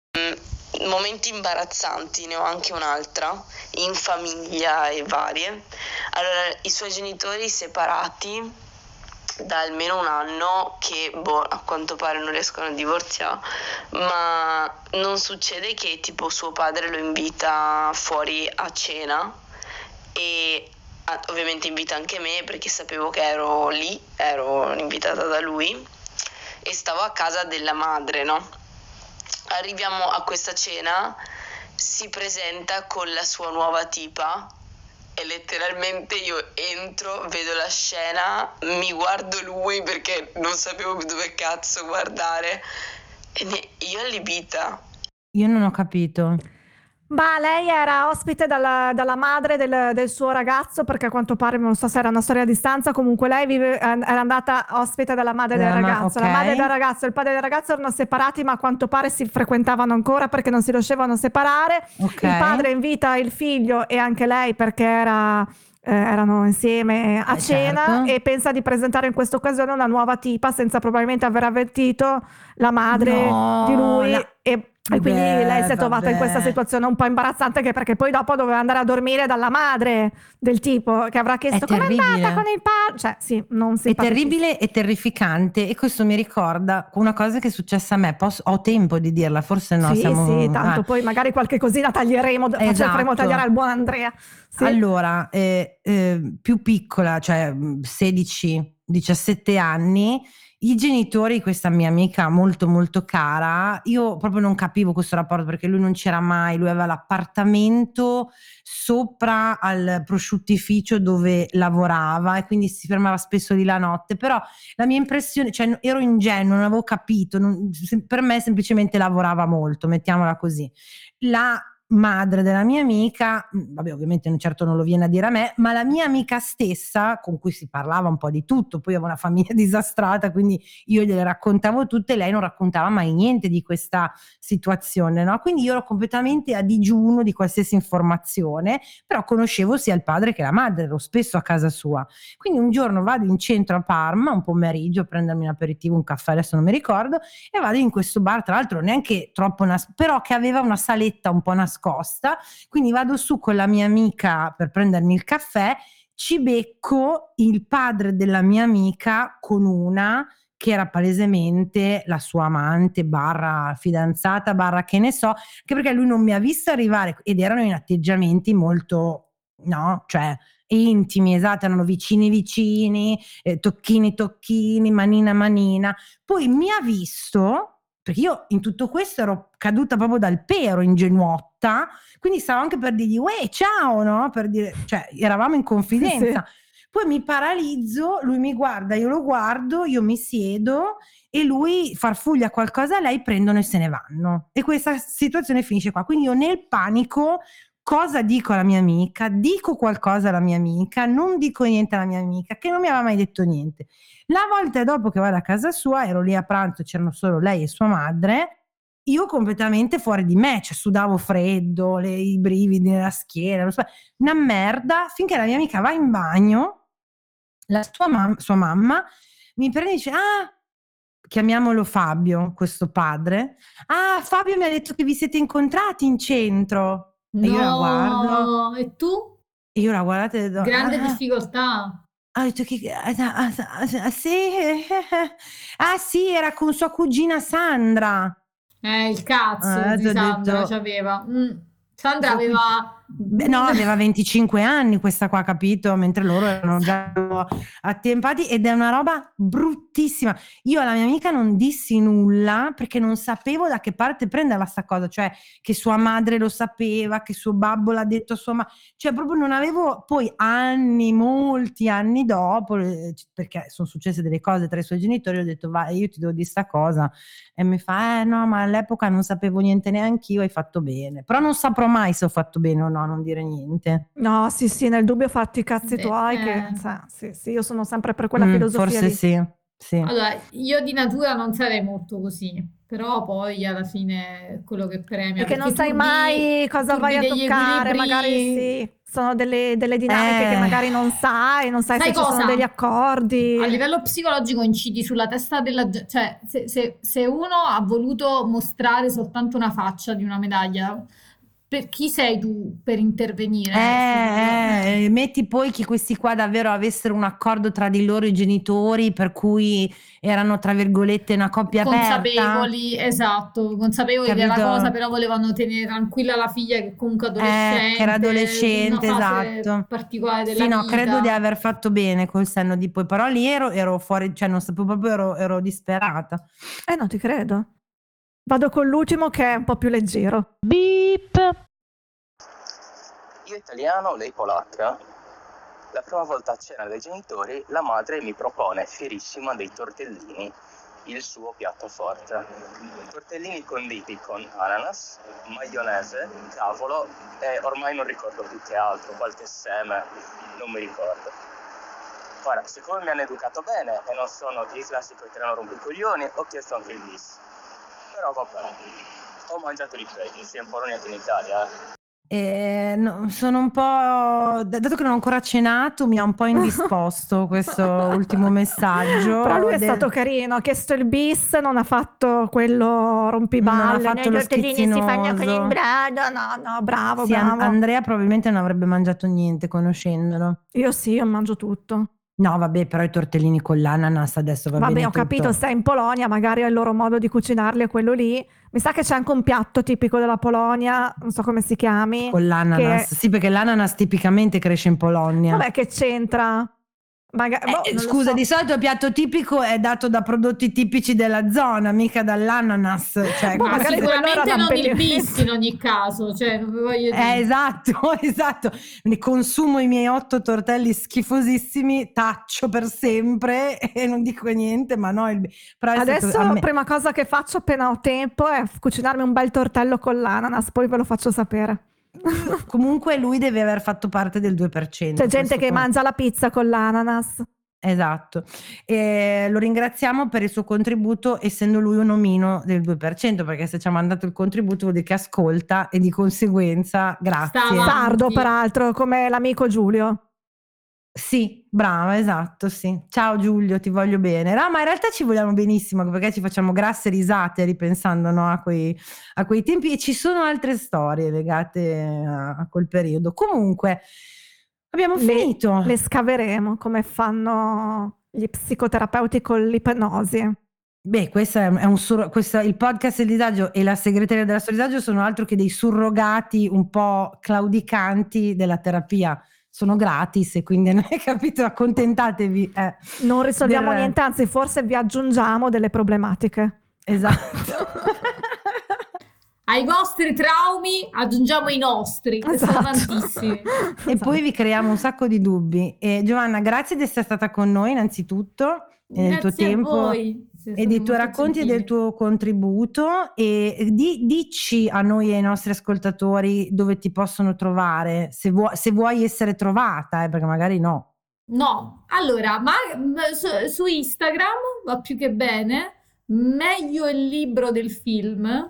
Momenti imbarazzanti, ne ho anche un'altra, in famiglia e varie. Allora, i suoi genitori separati da almeno un anno, che a quanto pare non riescono a divorziare, ma non succede che tipo suo padre lo invita fuori a cena e ovviamente invita anche me perché sapevo che ero lì, ero invitata da lui e stavo a casa della madre, no? Arriviamo a questa cena, si presenta con la sua nuova tipa e letteralmente io entro, vedo la scena, mi guardo lui perché non sapevo dove cazzo guardare e io allibita. Io non ho capito. Ma lei era ospite dalla madre del suo ragazzo, perché a quanto pare, non so se era una storia a distanza, comunque lei era andata ospite dalla madre del ragazzo. Okay. La madre del ragazzo e il padre del ragazzo erano separati, ma a quanto pare si frequentavano ancora perché non si riuscivano a separare. Okay. Il padre invita il figlio e anche lei perché erano insieme a cena, certo. E pensa di presentare in questa occasione una nuova tipa senza probabilmente aver avvertito la madre di lui e quindi lei si è trovata in questa situazione un po' imbarazzante, che perché poi dopo doveva andare a dormire dalla madre del tipo, che avrà chiesto come è andata con il padre, cioè sì, non si è terribile e terrificante, e questo mi ricorda una cosa che è successa a me. Ho tempo di dirla? Forse no. Sì, tanto poi magari qualche cosina taglieremo, faremo tagliare al buon Andrea. Sì. Allora, più piccola, cioè 16-17 anni, i genitori di questa mia amica molto molto cara, io proprio non capivo questo rapporto perché lui non c'era mai, lui aveva l'appartamento sopra al prosciuttificio dove lavorava e quindi si fermava spesso lì la notte, però la mia impressione, cioè ero ingenua, non avevo capito, per me semplicemente lavorava molto, mettiamola così. La madre della mia amica, vabbè, ovviamente certo non lo viene a dire a me, ma la mia amica stessa, con cui si parlava un po' di tutto, poi avevo una famiglia disastrata, quindi io gliele raccontavo tutte e lei non raccontava mai niente di questa situazione, no? Quindi io ero completamente a digiuno di qualsiasi informazione, però conoscevo sia il padre che la madre, ero spesso a casa sua. Quindi un giorno vado in centro a Parma, un pomeriggio, a prendermi un aperitivo, un caffè, adesso non mi ricordo, e vado in questo bar, tra l'altro neanche troppo però che aveva una saletta un po' nascosta, quindi vado su con la mia amica per prendermi il caffè, ci becco il padre della mia amica con una che era palesemente la sua amante barra fidanzata barra che ne so, anche perché lui non mi ha visto arrivare ed erano in atteggiamenti molto, no, cioè intimi, esatto, erano vicini, tocchini, manina. Poi mi ha visto, perché io in tutto questo ero caduta proprio dal pero, ingenuotta, quindi stavo anche per dirgli uè, ciao, no? Per dire, cioè eravamo in confidenza. Sì. Poi mi paralizzo, lui mi guarda, io lo guardo, io mi siedo e lui farfuglia qualcosa a lei, prendono e se ne vanno. E questa situazione finisce qua. Quindi io nel panico cosa dico alla mia amica? Dico qualcosa alla mia amica, non dico niente alla mia amica, che non mi aveva mai detto niente. La volta dopo che vado a casa sua, ero lì a pranzo, c'erano solo lei e sua madre, io completamente fuori di me, cioè sudavo freddo, i brividi nella schiena, una merda, finché la mia amica va in bagno, la sua mamma mi prende e dice chiamiamolo Fabio, questo padre. Fabio mi ha detto che vi siete incontrati in centro. No, e io la guardo. E tu? E io la guardate e vedo, grande difficoltà. Ha detto che sì, era con sua cugina Sandra. Il cazzo di Sandra c'aveva. Sandra aveva... aveva 25 anni questa qua, capito? Mentre loro erano già attempati, ed è una roba bruttissima. Io alla mia amica non dissi nulla perché non sapevo da che parte prenderla sta cosa, cioè che sua madre lo sapeva, che suo babbo l'ha detto a sua madre, cioè proprio non avevo. Poi molti anni dopo, perché sono successe delle cose tra i suoi genitori, ho detto vai, io ti devo dire sta cosa, e mi fa no, ma all'epoca non sapevo niente neanch'io, hai fatto bene. Però non saprò mai se ho fatto bene o no, non dire niente. No, sì, nel dubbio fatti i cazzi tuoi, che sì, io sono sempre per quella filosofia forse lì. Sì. Allora, io di natura non sarei molto così, però poi alla fine quello che premia, perché non sai mai cosa vai a toccare, magari sono delle dinamiche che magari non sai se ci sono degli accordi. A livello psicologico incidi sulla testa della gente, cioè se uno ha voluto mostrare soltanto una faccia di una medaglia, per chi sei tu per intervenire? Metti poi che questi qua davvero avessero un accordo tra di loro i genitori, per cui erano tra virgolette una coppia consapevoli, aperta. Consapevoli della cosa, però volevano tenere tranquilla la figlia che comunque adolescente, che era adolescente, esatto. Particolare della vita. No, credo di aver fatto bene col senno di poi, però lì ero fuori, cioè non sapevo proprio, ero disperata. Non ti credo. Vado con l'ultimo che è un po' più leggero. Beep. Io italiano, lei polacca. La prima volta a cena dei genitori, la madre mi propone fierissima dei tortellini, il suo piatto forte. Tortellini conditi con ananas, maionese, cavolo e ormai non ricordo più che altro, qualche seme, non mi ricordo. Ora, siccome mi hanno educato bene e non sono il classico italiano rompicoglioni, ho chiesto anche il bis. Però vabbè, ho mangiato di peggio sia in Polonia che in Italia. No, sono un po', dato che non ho ancora cenato, mi ha un po' indisposto questo ultimo messaggio. Però lui è stato carino, ha chiesto il bis, non ha fatto quello rompiballe, non ha fatto lo schizzinoso. Si fanno con il brodo, no, bravo, bravo. Andrea probabilmente non avrebbe mangiato niente conoscendolo. Io mangio tutto. No, vabbè, però i tortellini con l'ananas adesso va bene. Vabbè, ho capito, sei in Polonia, magari è il loro modo di cucinarli è quello lì. Mi sa che c'è anche un piatto tipico della Polonia, non so come si chiami. Con l'ananas, sì, perché l'ananas tipicamente cresce in Polonia. Vabbè, che c'entra? Scusa, di solito il piatto tipico è dato da prodotti tipici della zona, mica dall'ananas. Cioè, magari sicuramente non il bis in ogni caso. Cioè, voglio dire. Esatto. Ne consumo i miei 8 tortelli schifosissimi, taccio per sempre e non dico niente, ma no. Adesso la prima cosa che faccio appena ho tempo è cucinarmi un bel tortello con l'ananas, poi ve lo faccio sapere. Comunque lui deve aver fatto parte del 2%. C'è gente che mangia la pizza con l'ananas. Esatto, e lo ringraziamo per il suo contributo, essendo lui un omino del 2%, perché se ci ha mandato il contributo vuol dire che ascolta e di conseguenza grazie. Sardo peraltro, come l'amico Giulio. Sì, brava, esatto, sì. Ciao Giulio, ti voglio bene. No, ma in realtà ci vogliamo benissimo, perché ci facciamo grasse risate ripensando, no, a quei tempi, e ci sono altre storie legate a quel periodo. Comunque abbiamo finito. Le scaveremo come fanno gli psicoterapeuti con l'ipnosi. Beh, questo è il podcast del disagio e la segreteria della storia disagio sono altro che dei surrogati un po' claudicanti della terapia sono gratis e quindi non hai capito, accontentatevi. Non risolviamo niente, anzi forse vi aggiungiamo delle problematiche. Esatto. Ai vostri traumi aggiungiamo i nostri, che sono tantissimi. E poi vi creiamo un sacco di dubbi. Giovanna, grazie di essere stata con noi innanzitutto, nel tuo tempo a voi. e dei tuoi racconti e del tuo contributo, e dici a noi e ai nostri ascoltatori dove ti possono trovare, se vuoi essere trovata, perché magari no. No, allora, ma su Instagram va più che bene, meglio il libro del film.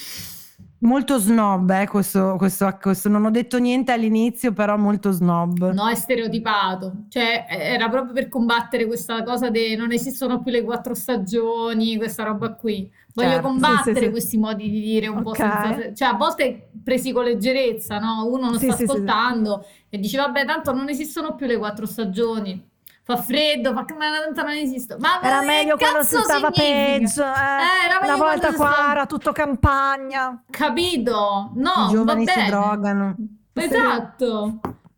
Molto snob, questo non ho detto niente all'inizio, però molto snob. No, è stereotipato, cioè era proprio per combattere questa cosa non esistono più le 4 stagioni, questa roba qui. Voglio combattere questi modi di dire un po' senza, cioè a volte presi con leggerezza, no? Uno non sta ascoltando e dice vabbè, tanto non esistono più le 4 stagioni. Fa freddo, tanto non esisto. Ma era meglio quando si stava peggio. Una volta qua era tutto campagna. Capito? No, i giovani si drogano. Esatto.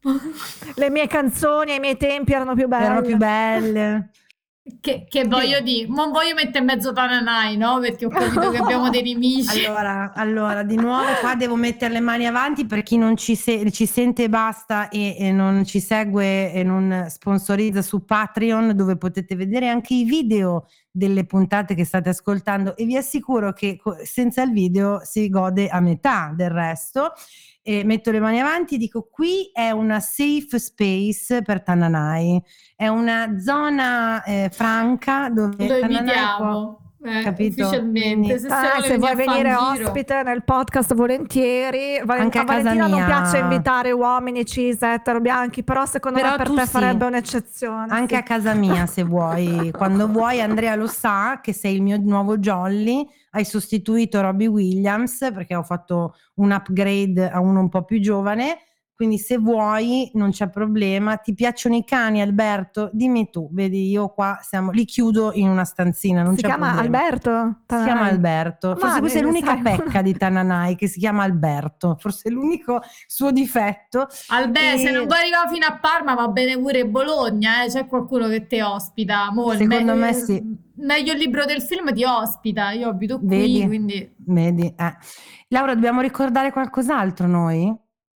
Le mie canzoni ai miei tempi erano più belle. Che voglio dire, non voglio mettere in mezzo Tananai, no? Perché ho capito che abbiamo dei nemici. Allora, di nuovo qua devo mettere le mani avanti per chi non ci sente e basta e non ci segue e non sponsorizza su Patreon, dove potete vedere anche i video delle puntate che state ascoltando, e vi assicuro che senza il video si gode a metà del resto. E metto le mani avanti e dico: qui è una safe space per Tananai, è una zona franca dove lo Tananai invitiamo, capito? Ufficialmente. Se vuoi venire ospite nel podcast, volentieri. Anche a casa Valentina mia non piace invitare uomini cis, etero, bianchi, però secondo me per te farebbe un'eccezione. Anche a casa mia, se vuoi, quando vuoi. Andrea lo sa che sei il mio nuovo jolly. Hai sostituito Robbie Williams perché ho fatto un upgrade a uno un po' più giovane, quindi se vuoi non c'è problema. Ti piacciono i cani, Alberto? Dimmi tu, vedi, io qua li chiudo in una stanzina, non si c'è chiama problema. Alberto? Si chiama Alberto, forse questa è l'unica pecca di Tananai, che si chiama Alberto, forse è l'unico suo difetto. Alberto, se non vuoi arrivare fino a Parma va bene pure Bologna, c'è qualcuno che ti ospita. Secondo me sì. Meglio il libro del film ti ospita, io abito qui, quindi... Vedi. Laura, dobbiamo ricordare qualcos'altro noi?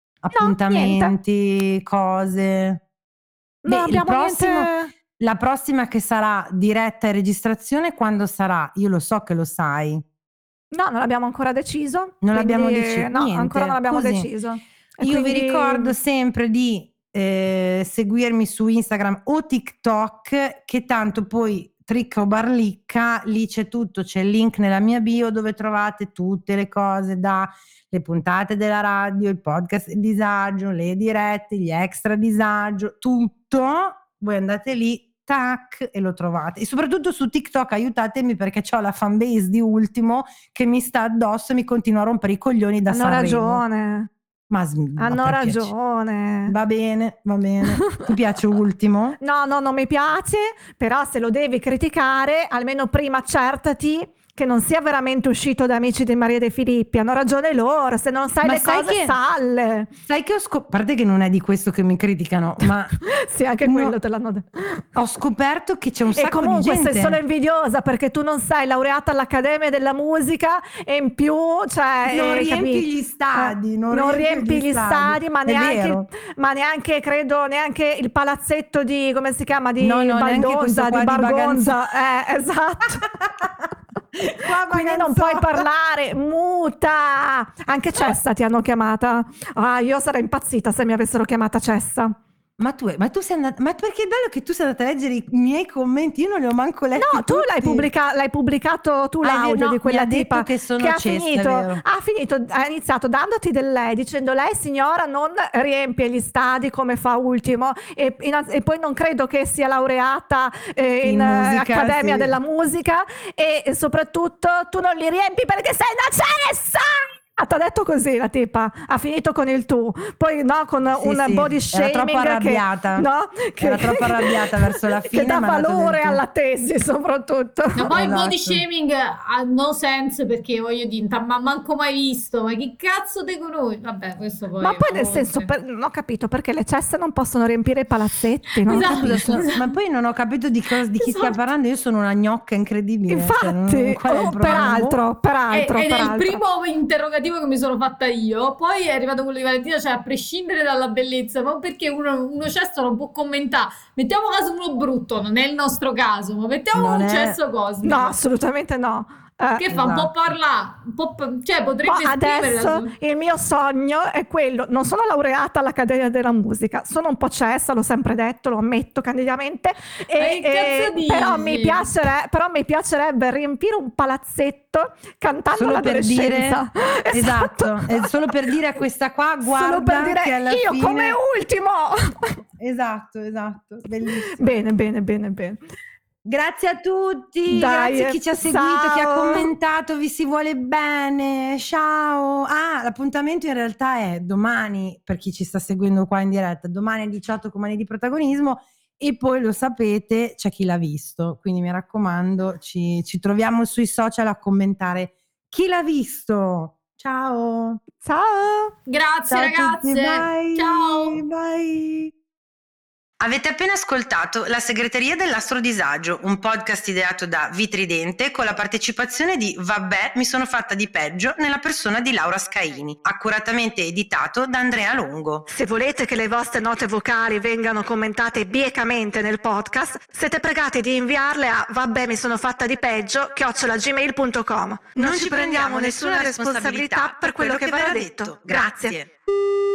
Appuntamenti, cose? No, la prossima che sarà diretta e registrazione, quando sarà? Io lo so che lo sai. No, non l'abbiamo ancora deciso. L'abbiamo deciso? No, niente, ancora non l'abbiamo così. deciso. Io vi ricordo sempre di seguirmi su Instagram o TikTok, che tanto poi tricca o barlicca, lì c'è tutto, c'è il link nella mia bio dove trovate tutte le cose, le puntate della radio, il podcast Il Disagio, le dirette, gli extra disagio, tutto. Voi andate lì, tac, e lo trovate. E soprattutto su TikTok aiutatemi, perché c'ho la fanbase di Ultimo che mi sta addosso e mi continua a rompere i coglioni da Sanremo. Hanno ragione. Hanno ragione. Va bene. Ti piace Ultimo? No, non mi piace, però se lo devi criticare, almeno prima accertati che non sia veramente uscito da Amici di Maria De Filippi. Hanno ragione loro, se non sai le cose falle. Sai che a parte che non è di questo che mi criticano, ma sì, anche quello te l'hanno detto. Ho scoperto che c'è un sacco di gente. E comunque sei solo invidiosa perché tu non sei laureata all'Accademia della Musica e in più, cioè, non riempi gli stadi, non riempi gli stadi, ma neanche credo neanche il palazzetto di, come si chiama, di Baldonza, di Bargonza. Esatto. Quindi non puoi parlare, muta. Anche Cessa ti hanno chiamata. Io sarei impazzita se mi avessero chiamata Cessa. Ma tu sei andata, ma perché è bello che tu sei andata a leggere i miei commenti, io non li ho manco letti. No, tu l'hai pubblicato tu l'audio di quella tipa che ha iniziato dandoti del lei, dicendo: lei signora non riempie gli stadi come fa Ultimo, e poi non credo che sia laureata in musica, Accademia della Musica, e soprattutto tu non li riempi perché sei una Cessa. t'ha detto così la tipa, ha finito con il tu, poi no, con un body shaming. Era troppo arrabbiata, era troppo arrabbiata verso la fine. Che dà valore alla tesi soprattutto. Ma poi il body shaming ha no sense, perché voglio dire, ma manco mai visto, ma che cazzo te conosci? Vabbè, questo poi. Ma poi nel senso, non ho capito perché le ceste non possono riempire i palazzetti, no? Esatto. Ma poi non ho capito di chi stia parlando, io sono una gnocca incredibile. Infatti, peraltro. Ed è il primo interrogativo che mi sono fatta io, poi è arrivato quello di Valentina, cioè a prescindere dalla bellezza, ma perché uno cesso non può commentare, mettiamo caso uno brutto, non è il nostro caso, ma mettiamo un cesso cosmico. No, assolutamente no. Che fa un po' parlare, cioè potrebbe adesso il mio sogno è quello, non sono laureata all'Accademia della Musica, sono un po' cessa, l'ho sempre detto, lo ammetto candidamente, però mi piacerebbe riempire un palazzetto cantando solo l'adolescenza. Per dire, esatto, solo per dire a questa qua, guarda, solo per dire che alla io fine... come ultimo. Esatto, bellissimo. Bene. Grazie a tutti, grazie a chi ci ha seguito, chi ha commentato, vi si vuole bene, ciao. L'appuntamento in realtà è domani, per chi ci sta seguendo qua in diretta, domani alle 18 con Mani di Protagonismo, e poi lo sapete, c'è chi l'ha visto, quindi mi raccomando, ci troviamo sui social a chi l'ha visto. Ciao. Grazie, ciao ragazze. Bye. Ciao. Bye. Avete appena ascoltato La Segreteria dell'Astrodisagio, un podcast ideato da Vitridente con la partecipazione di Vabbè, mi sono fatta di peggio nella persona di Laura Scaini, accuratamente editato da Andrea Longo. Se volete che le vostre note vocali vengano commentate biecamente nel podcast, siete pregati di inviarle a vabbèmisonofattadipeggio@gmail.com. Non ci prendiamo nessuna responsabilità per quello che verrà detto. Grazie.